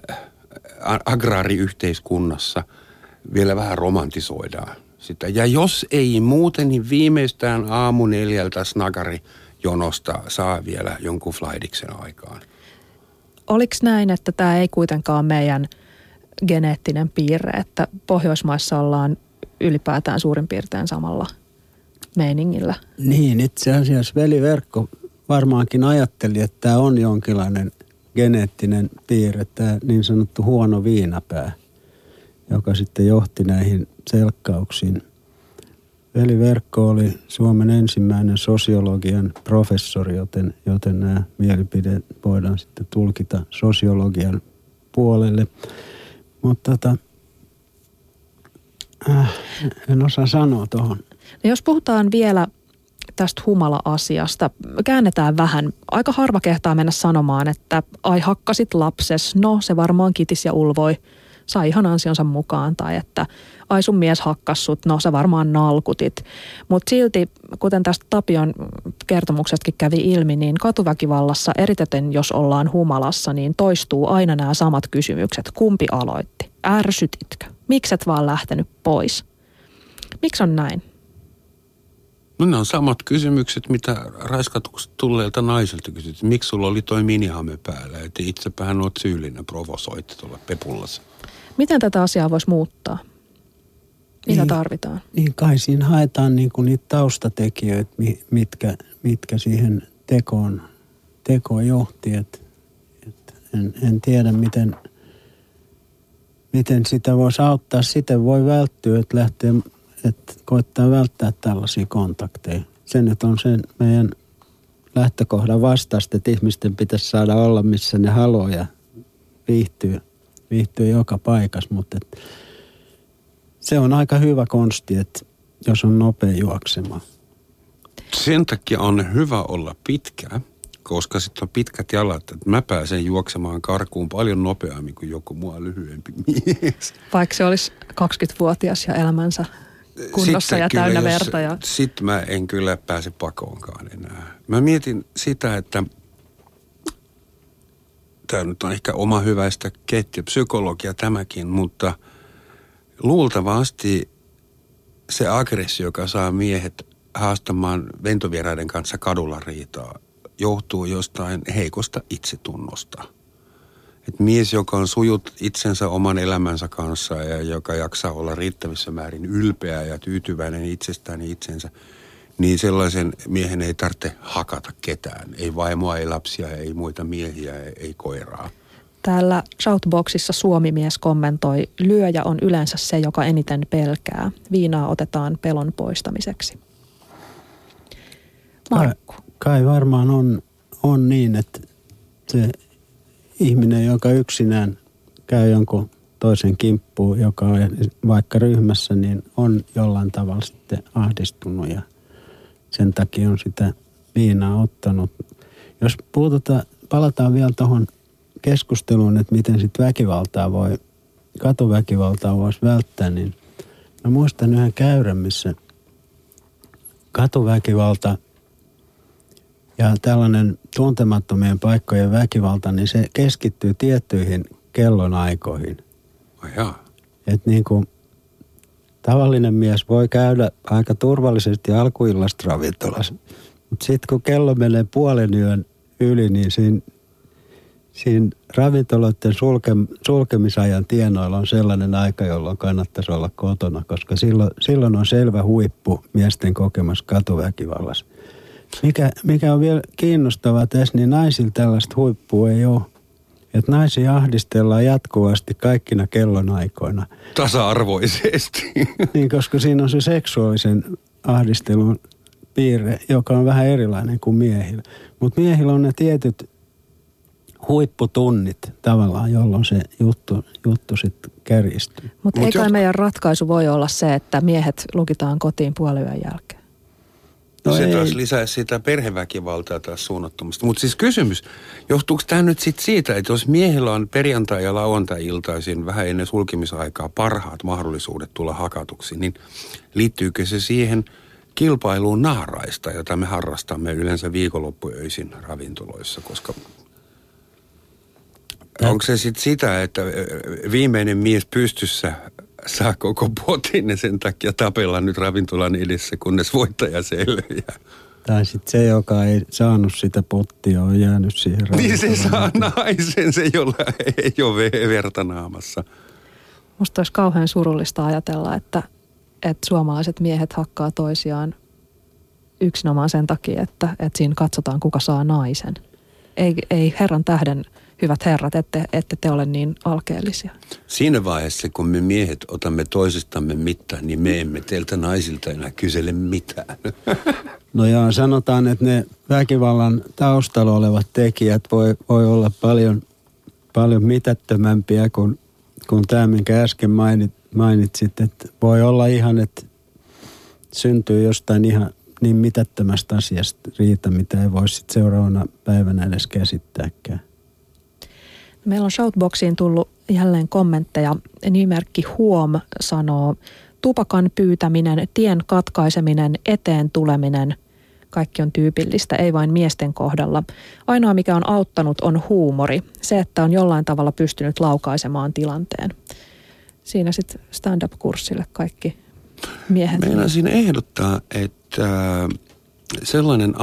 agraariyhteiskunnassa vielä vähän romantisoidaan sitä. Ja jos ei muuten, niin viimeistään 4:00 snagari-jonosta saa vielä jonkun flaidiksen aikaan. Oliko näin, että tämä ei kuitenkaan ole meidän geneettinen piirre, että Pohjoismaissa ollaan ylipäätään suurin piirtein samalla meiningillä? Niin, itse asiassa Veli Verkko varmaankin ajatteli, että tämä on jonkinlainen geneettinen piirre, tämä niin sanottu huono viinapää, joka sitten johti näihin selkkauksiin. Veli Verkko oli Suomen ensimmäinen sosiologian professori, joten nämä mielipiteet voidaan sitten tulkita sosiologian puolelle. Mutta en osaa sanoa tuohon. No jos puhutaan vielä tästä humala-asiasta, käännetään vähän. Aika harva kehtaa mennä sanomaan, että ai hakkasit lapses, no se varmaan kitis ja ulvoi, sai ihan ansionsa mukaan. Tai että ai sun mies hakkas sut, no sä varmaan nalkutit. Mutta silti, kuten tästä Tapion kertomuksestakin kävi ilmi, niin katuväkivallassa eritoten jos ollaan humalassa, niin toistuu aina nämä samat kysymykset. Kumpi aloitti? Ärsytitkö? Mikset vaan lähtenyt pois? Miksi on näin? No ne on samat kysymykset, mitä raiskatuksi tulleelta naiselta kysyt. Miksi sulla oli toi minihame päällä? Että itsepähän olet syyllinen, provosoit tuolla pepullassa. Miten tätä asiaa voisi muuttaa? Mitä tarvitaan? Niin kai siinä haetaan niinku niitä taustatekijöitä, mitkä siihen tekoon johti. En tiedä, miten sitä voisi auttaa. Sitä voi välttyä, että koittaa välttää tällaisia kontakteja. Sen, että on sen meidän lähtökohdan vastaista, että ihmisten pitäisi saada olla, missä ne haluaa ja viihtyy joka paikassa. Mutta se on aika hyvä konsti, että jos on nopea juoksemaan. Sen takia on hyvä olla pitkä, koska sitten on pitkät jalat. Että mä pääsen juoksemaan karkuun paljon nopeammin kuin joku mua lyhyempi mies. Vaikka se olisi 20-vuotias ja elämänsä kunnossa sitten ja täynnä verta. Sitten mä en kyllä pääse pakoonkaan enää. Mä mietin sitä, että tämä nyt on ehkä oma hyväistä keittiöpsykologia tämäkin, mutta luultavasti se aggressio, joka saa miehet haastamaan ventovieraiden kanssa kadulla riitaa, johtuu jostain heikosta itsetunnosta. Että mies, joka on sujut itsensä oman elämänsä kanssa ja joka jaksaa olla riittävissä määrin ylpeä ja tyytyväinen itsestään ja itsensä, niin sellaisen miehen ei tarvitse hakata ketään. Ei vaimoa, ei lapsia, ei muita miehiä, ei koiraa. Täällä Shoutboxissa Suomi-mies kommentoi, lyöjä on yleensä se, joka eniten pelkää. Viinaa otetaan pelon poistamiseksi. Markku. Kai varmaan on niin, että se ihminen, joka yksinään käy jonkun toisen kimppuun, joka on vaikka ryhmässä, niin on jollain tavalla sitten ahdistunut ja sen takia on sitä viinaa ottanut. Jos palataan vielä tuohon keskusteluun, että miten sitten katuväkivaltaa voisi välttää, niin mä muistan yhden käyrän, missä katuväkivalta ja tällainen tuntemattomien paikkojen väkivalta, niin se keskittyy tiettyihin kellonaikoihin. Että niin kuin tavallinen mies voi käydä aika turvallisesti alkuillasta ravintolassa, mutta sitten kun kello menee puolen yön yli, niin siinä ravintoloiden sulkemisajan tienoilla on sellainen aika, jolloin kannattaisi olla kotona, koska silloin on selvä huippu miesten kokemassa katuväkivallassa. Mikä on vielä kiinnostavaa tässä, niin naisilla tällaista huippua ei ole. Että naisia ahdistellaan jatkuvasti kaikkina kellonaikoina. Tasa-arvoisesti. Niin, koska siinä on se seksuaalisen ahdistelun piirre, joka on vähän erilainen kuin miehillä. Mutta miehillä on ne tietyt huipputunnit tavallaan, jolloin se juttu sitten kärjistyy. Mutta ei kai meidän ratkaisu voi olla se, että miehet lukitaan kotiin puoliyön jälkeen. No se taas lisää sitä perheväkivaltaa taas suunnattomasti. Mutta siis kysymys, johtuuko tämä nyt sitten siitä, että jos miehillä on perjantai- ja lauantai-iltaisin vähän ennen sulkemisaikaa parhaat mahdollisuudet tulla hakatuksi, niin liittyykö se siihen kilpailuun naaraista, jota me harrastamme yleensä viikonloppuöisin ravintoloissa, koska onko se sitten sitä, että viimeinen mies pystyssä saa koko potin ja sen takia tapellaan nyt ravintolan edessä, kunnes voittaja selviää. Tai sitten se, joka ei saanut sitä pottia, on jäänyt siihen ravintolaan. Niin se saa naisen, se jolla ei ole verta naamassa. Musta olisi kauhean surullista ajatella, että suomalaiset miehet hakkaa toisiaan yksinomaan sen takia, että siinä katsotaan, kuka saa naisen. Ei herran tähden, hyvät herrat, ette te ole niin alkeellisia. Siinä vaiheessa, kun me miehet otamme toisistamme mittaan, niin me emme teiltä naisilta enää kysele mitään. No joo, sanotaan, että ne väkivallan taustalla olevat tekijät voi olla paljon mitättömämpiä kuin tämä, minkä äsken mainitsit. Että voi olla ihan, että syntyy jostain ihan niin mitättömästä asiasta riita, mitä ei voi sitten seuraavana päivänä edes käsittääkään. Meillä on Shoutboxiin tullut jälleen kommentteja. Nimimerkki Huom sanoo, tupakan pyytäminen, tien katkaiseminen, eteen tuleminen, kaikki on tyypillistä, ei vain miesten kohdalla. Ainoa, mikä on auttanut, on huumori. Se, että on jollain tavalla pystynyt laukaisemaan tilanteen. Siinä sitten stand-up-kurssille kaikki miehet. Meinasin ehdottaa, että sellainen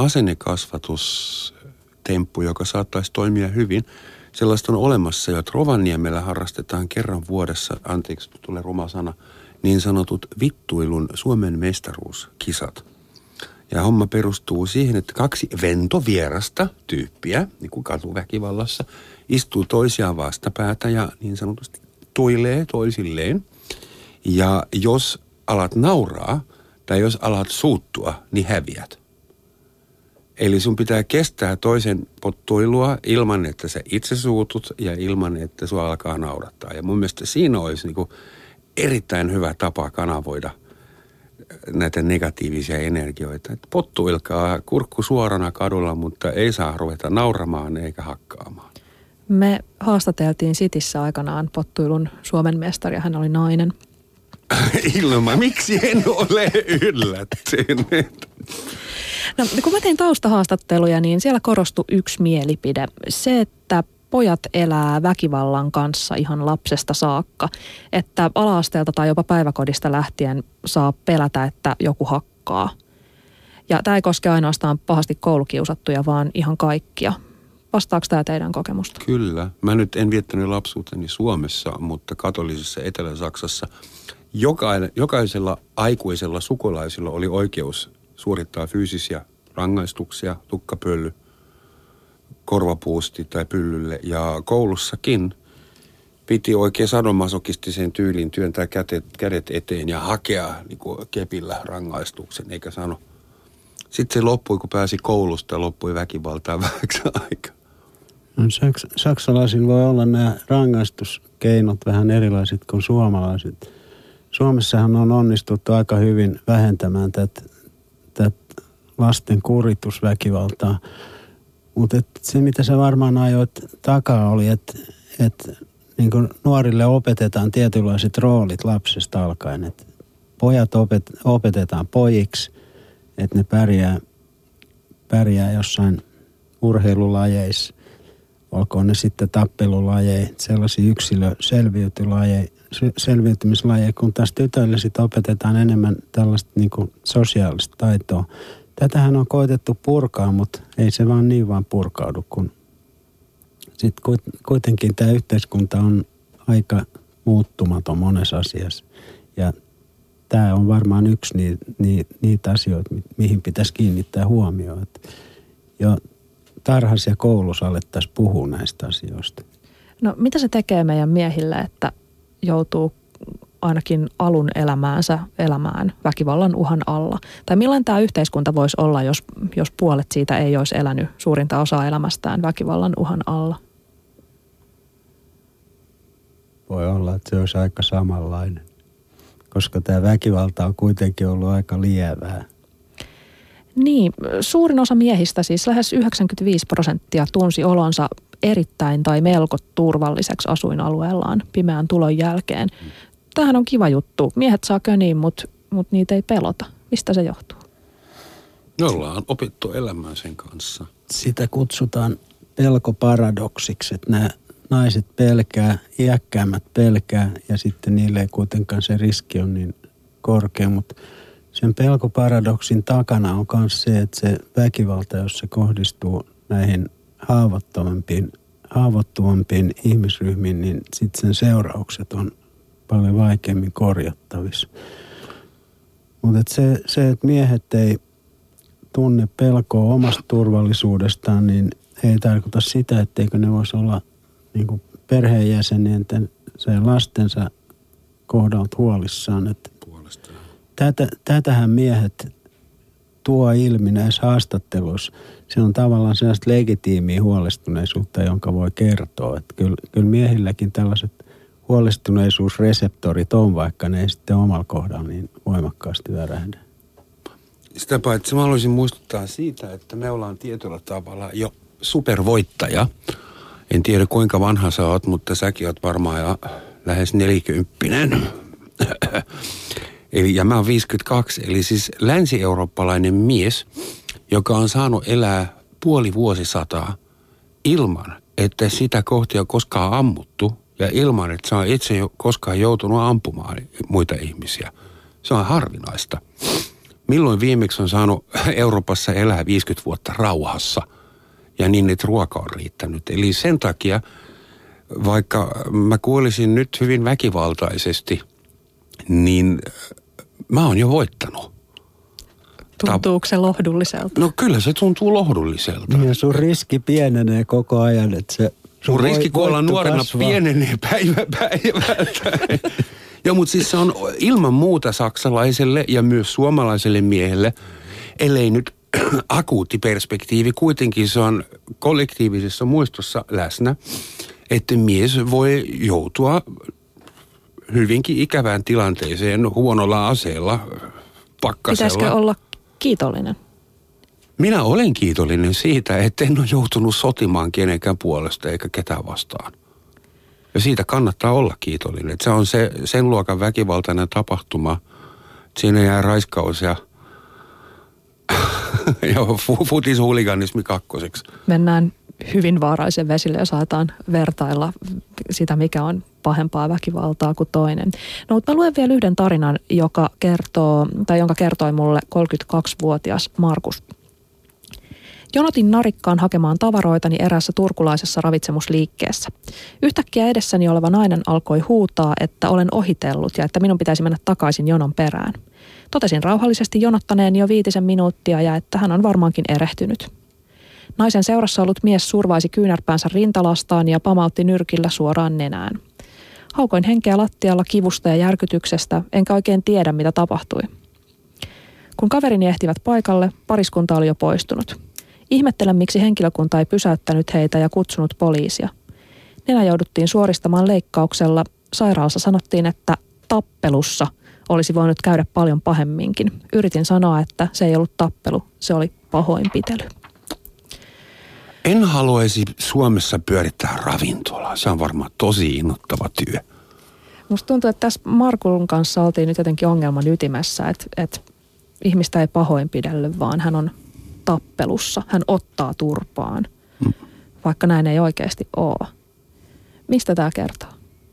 asennekasvatustemppu, joka saattaisi toimia hyvin, sellaista on olemassa jo, että Rovaniemellä harrastetaan kerran vuodessa, anteeksi, tulee ruma sana, niin sanotut vittuilun Suomen mestaruuskisat. Ja homma perustuu siihen, että 2 ventovierasta tyyppiä, niin kuin katuväkivallassa, istuu toisiaan vastapäätä ja niin sanotusti tuilee toisilleen. Ja jos alat nauraa tai jos alat suuttua, niin häviät. Eli sun pitää kestää toisen pottuilua ilman, että sä itse suutut ja ilman, että sua alkaa naurattaa. Ja mun mielestä siinä olisi niin kuin erittäin hyvä tapa kanavoida näitä negatiivisia energioita. Että pottuilkaa kurkku suorana kadulla, mutta ei saa ruveta nauramaan eikä hakkaamaan. Me haastateltiin Cityssä aikanaan pottuilun Suomen mestari ja hän oli nainen. Ilman, miksi en ole yllättynyt? No, kun mä tein taustahaastatteluja, niin siellä korostui yksi mielipide. Se, että pojat elää väkivallan kanssa ihan lapsesta saakka. Että ala-asteelta tai jopa päiväkodista lähtien saa pelätä, että joku hakkaa. Ja tämä ei koske ainoastaan pahasti koulukiusattuja, vaan ihan kaikkia. Vastaako tämä teidän kokemusta? Kyllä. Mä nyt en viettänyt lapsuuteni Suomessa, mutta katolisessa Etelä-Saksassa jokaisella aikuisella sukulaisilla oli oikeus suorittaa fyysisiä rangaistuksia, tukkapölly, korvapuusti tai pyllylle. Ja koulussakin piti oikein sadomasokistiseen tyyliin työntää kädet eteen ja hakea niin kuin kepillä rangaistuksen, eikä sano. Sitten se loppui, kun pääsi koulusta, loppui väkivaltaa vähäksi aikaa. No, saksalaisilla voi olla nämä rangaistuskeinot vähän erilaiset kuin suomalaiset. Suomessahan on onnistuttu aika hyvin vähentämään tätä lasten kuritusväkivaltaa. Mutta se, mitä sä varmaan ajoit takaa, oli, että niin kuin nuorille opetetaan tietynlaiset roolit lapsesta alkaen. Että pojat opetetaan pojiksi, että ne pärjää jossain urheilulajeissa. Olkoon ne sitten tappelulajeja, sellaisia selviytymislajeja, kun taas tytöille sitten opetetaan enemmän tällaista niin kuin sosiaalista taitoa. Tätähän on koetettu purkaa, mutta ei se vaan niin vaan purkaudu, kun sitten kuitenkin tämä yhteiskunta on aika muuttumaton monessa asiassa. Ja tämä on varmaan yksi niitä asioita, mihin pitäisi kiinnittää huomioon. Että jo tarhassa ja koulussa alettaisiin puhua näistä asioista. No mitä se tekee meidän miehille, että joutuu ainakin alun elämäänsä elämään väkivallan uhan alla? Tai millainen tämä yhteiskunta voisi olla, jos puolet siitä ei olisi elänyt suurinta osaa elämästään väkivallan uhan alla? Voi olla, että se olisi aika samanlainen, koska tämä väkivalta on kuitenkin ollut aika lievää. Niin, suurin osa miehistä, siis lähes 95% tunsi olonsa erittäin tai melko turvalliseksi asuinalueellaan pimeän tulon jälkeen. Tämähän on kiva juttu. Miehet saa köniin, mutta niitä ei pelota. Mistä se johtuu? Me ollaan opittu elämään sen kanssa. Sitä kutsutaan pelkoparadoksiksi, että nämä naiset pelkää, iäkkäämmät pelkää ja sitten niille ei kuitenkaan se riski on niin korkea, mutta sen pelkoparadoksin takana on myös se, että se väkivalta, jos se kohdistuu näihin haavoittuvampiin ihmisryhmiin, niin sitten sen seuraukset on paljon vaikeammin korjattavissa. Mutta se, että miehet ei tunne pelkoa omasta turvallisuudestaan, niin ei tarkoita sitä, etteikö ne voisi olla niin kuin perheenjäsenien sen lastensa kohdalta huolissaan. Että tätähän miehet tuo ilmi näissä haastatteluissa. Se on tavallaan sellaista legitiimiä huolestuneisuutta, jonka voi kertoa. Että kyllä miehilläkin tällaiset huolestuneisuusreseptorit on, vaikka ne ei sitten omalla kohdalla niin voimakkaasti värähdä. Sitä paitsi mä haluaisin muistuttaa siitä, että me ollaan tietyllä tavalla jo supervoittaja. En tiedä kuinka vanha sä oot, mutta säkin oot varmaan jo lähes 40. Ja mä oon 52, eli siis länsi-eurooppalainen mies, joka on saanut elää puoli vuosisataa ilman, että sitä kohti on koskaan ammuttu ja ilman, että se on itse koskaan joutunut ampumaan muita ihmisiä. Se on harvinaista. Milloin viimeksi on saanut Euroopassa elää 50 vuotta rauhassa ja niin, että ruoka on riittänyt. Eli sen takia, vaikka mä kuolisin nyt hyvin väkivaltaisesti, niin mä oon jo voittanut. Tuntuuko se lohdulliselta? No kyllä se tuntuu lohdulliselta. Ja sun riski pienenee koko ajan, että se sun riski kuolla nuorena kasvaa. Pienenee päivältä. Joo, mutta siis se on ilman muuta saksalaiselle ja myös suomalaiselle miehelle, ellei nyt akuutti perspektiivi, kuitenkin se on kollektiivisessa muistossa läsnä, että mies voi joutua hyvinkin ikävään tilanteeseen huonolla aseella, pakkasella. Pitäisikö olla kiitollinen? Minä olen kiitollinen siitä, että en ole joutunut sotimaan kenenkään puolesta eikä ketään vastaan. Ja siitä kannattaa olla kiitollinen. Se on sen luokan väkivaltainen tapahtuma. Siinä jää raiskaus ja futishuliganismi kakkoseksi. Mennään hyvin vaaraisen vesille ja saataan vertailla sitä, mikä on pahempaa väkivaltaa kuin toinen. No, mutta mä luen vielä yhden tarinan, jonka kertoi mulle 32-vuotias Markus. Jonotin narikkaan hakemaan tavaroitani eräässä turkulaisessa ravitsemusliikkeessä. Yhtäkkiä edessäni oleva nainen alkoi huutaa, että olen ohitellut ja että minun pitäisi mennä takaisin jonon perään. Totesin rauhallisesti jonottaneen jo 5 minuuttia ja että hän on varmaankin erehtynyt. Naisen seurassa ollut mies survaisi kyynärpäänsä rintalastaan ja pamautti nyrkillä suoraan nenään. Haukoin henkeä lattialla kivusta ja järkytyksestä, enkä oikein tiedä mitä tapahtui. Kun kaverini ehtivät paikalle, pariskunta oli jo poistunut. Ihmettelen, miksi henkilökunta ei pysäyttänyt heitä ja kutsunut poliisia. Nenä jouduttiin suoristamaan leikkauksella. Sairaalassa sanottiin, että tappelussa olisi voinut käydä paljon pahemminkin. Yritin sanoa, että se ei ollut tappelu, se oli pahoinpitely. En haluaisi Suomessa pyörittää ravintolaa. Se on varmaan tosi innoittava työ. Musta tuntuu, että tässä Markun kanssa oltiin nyt jotenkin ongelman ytimessä, että ihmistä ei pahoinpidelly, vaan hän on tappelussa. Hän ottaa turpaan, vaikka näin ei oikeasti ole. Mistä tämä kertoo?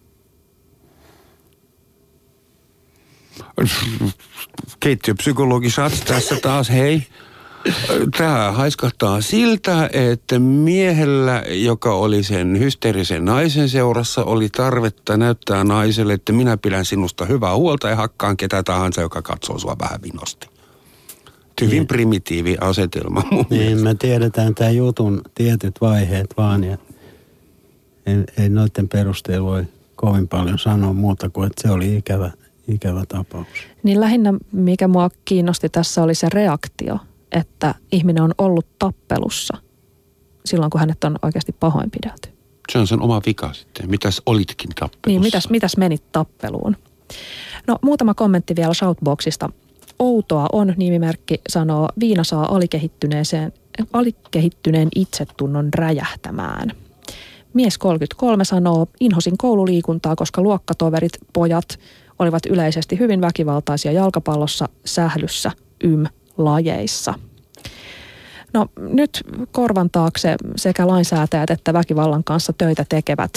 Keittiöpsykologi Schatz tässä taas, hei. Tämä haiskahtaa siltä, että miehellä, joka oli sen hysteerisen naisen seurassa, oli tarvetta näyttää naiselle, että minä pidän sinusta hyvää huolta ja hakkaan ketä tahansa, joka katsoo sua vähän vinosti. Hyvin primitiivi asetelma mun mielestä. Me tiedetään tämän jutun tietyt vaiheet vaan ja ei noiden perusteella voi kovin paljon sanoa muuta kuin, että se oli ikävä tapaus. Niin lähinnä mikä mua kiinnosti tässä oli se reaktio, että ihminen on ollut tappelussa silloin, kun hänet on oikeasti pahoinpidelty. Se on sen oma vika sitten. Mitäs olitkin tappelussa? Niin, mitäs menit tappeluun? No muutama kommentti vielä Shoutboxista. Outoa on, nimimerkki sanoo, viina saa alikehittyneen itsetunnon räjähtämään. Mies 33 sanoo, inhosin koululiikuntaa, koska luokkatoverit, pojat, olivat yleisesti hyvin väkivaltaisia jalkapallossa, sählyssä, lajeissa. No nyt korvan taakse sekä lainsäätäjät että väkivallan kanssa töitä tekevät.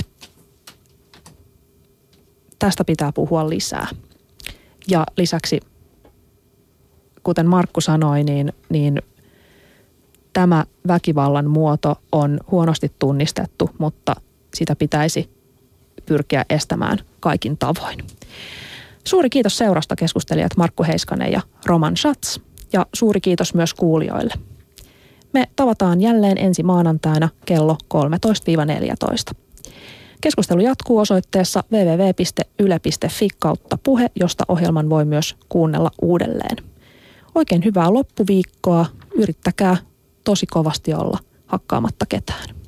Tästä pitää puhua lisää. Ja lisäksi, kuten Markku sanoi, niin tämä väkivallan muoto on huonosti tunnistettu, mutta sitä pitäisi pyrkiä estämään kaikin tavoin. Suuri kiitos seurasta keskustelijat Markku Heiskanen ja Roman Schatz. Ja suuri kiitos myös kuulijoille. Me tavataan jälleen ensi maanantaina kello 13-14. Keskustelu jatkuu osoitteessa www.yle.fi/puhe, josta ohjelman voi myös kuunnella uudelleen. Oikein hyvää loppuviikkoa. Yrittäkää tosi kovasti olla hakkaamatta ketään.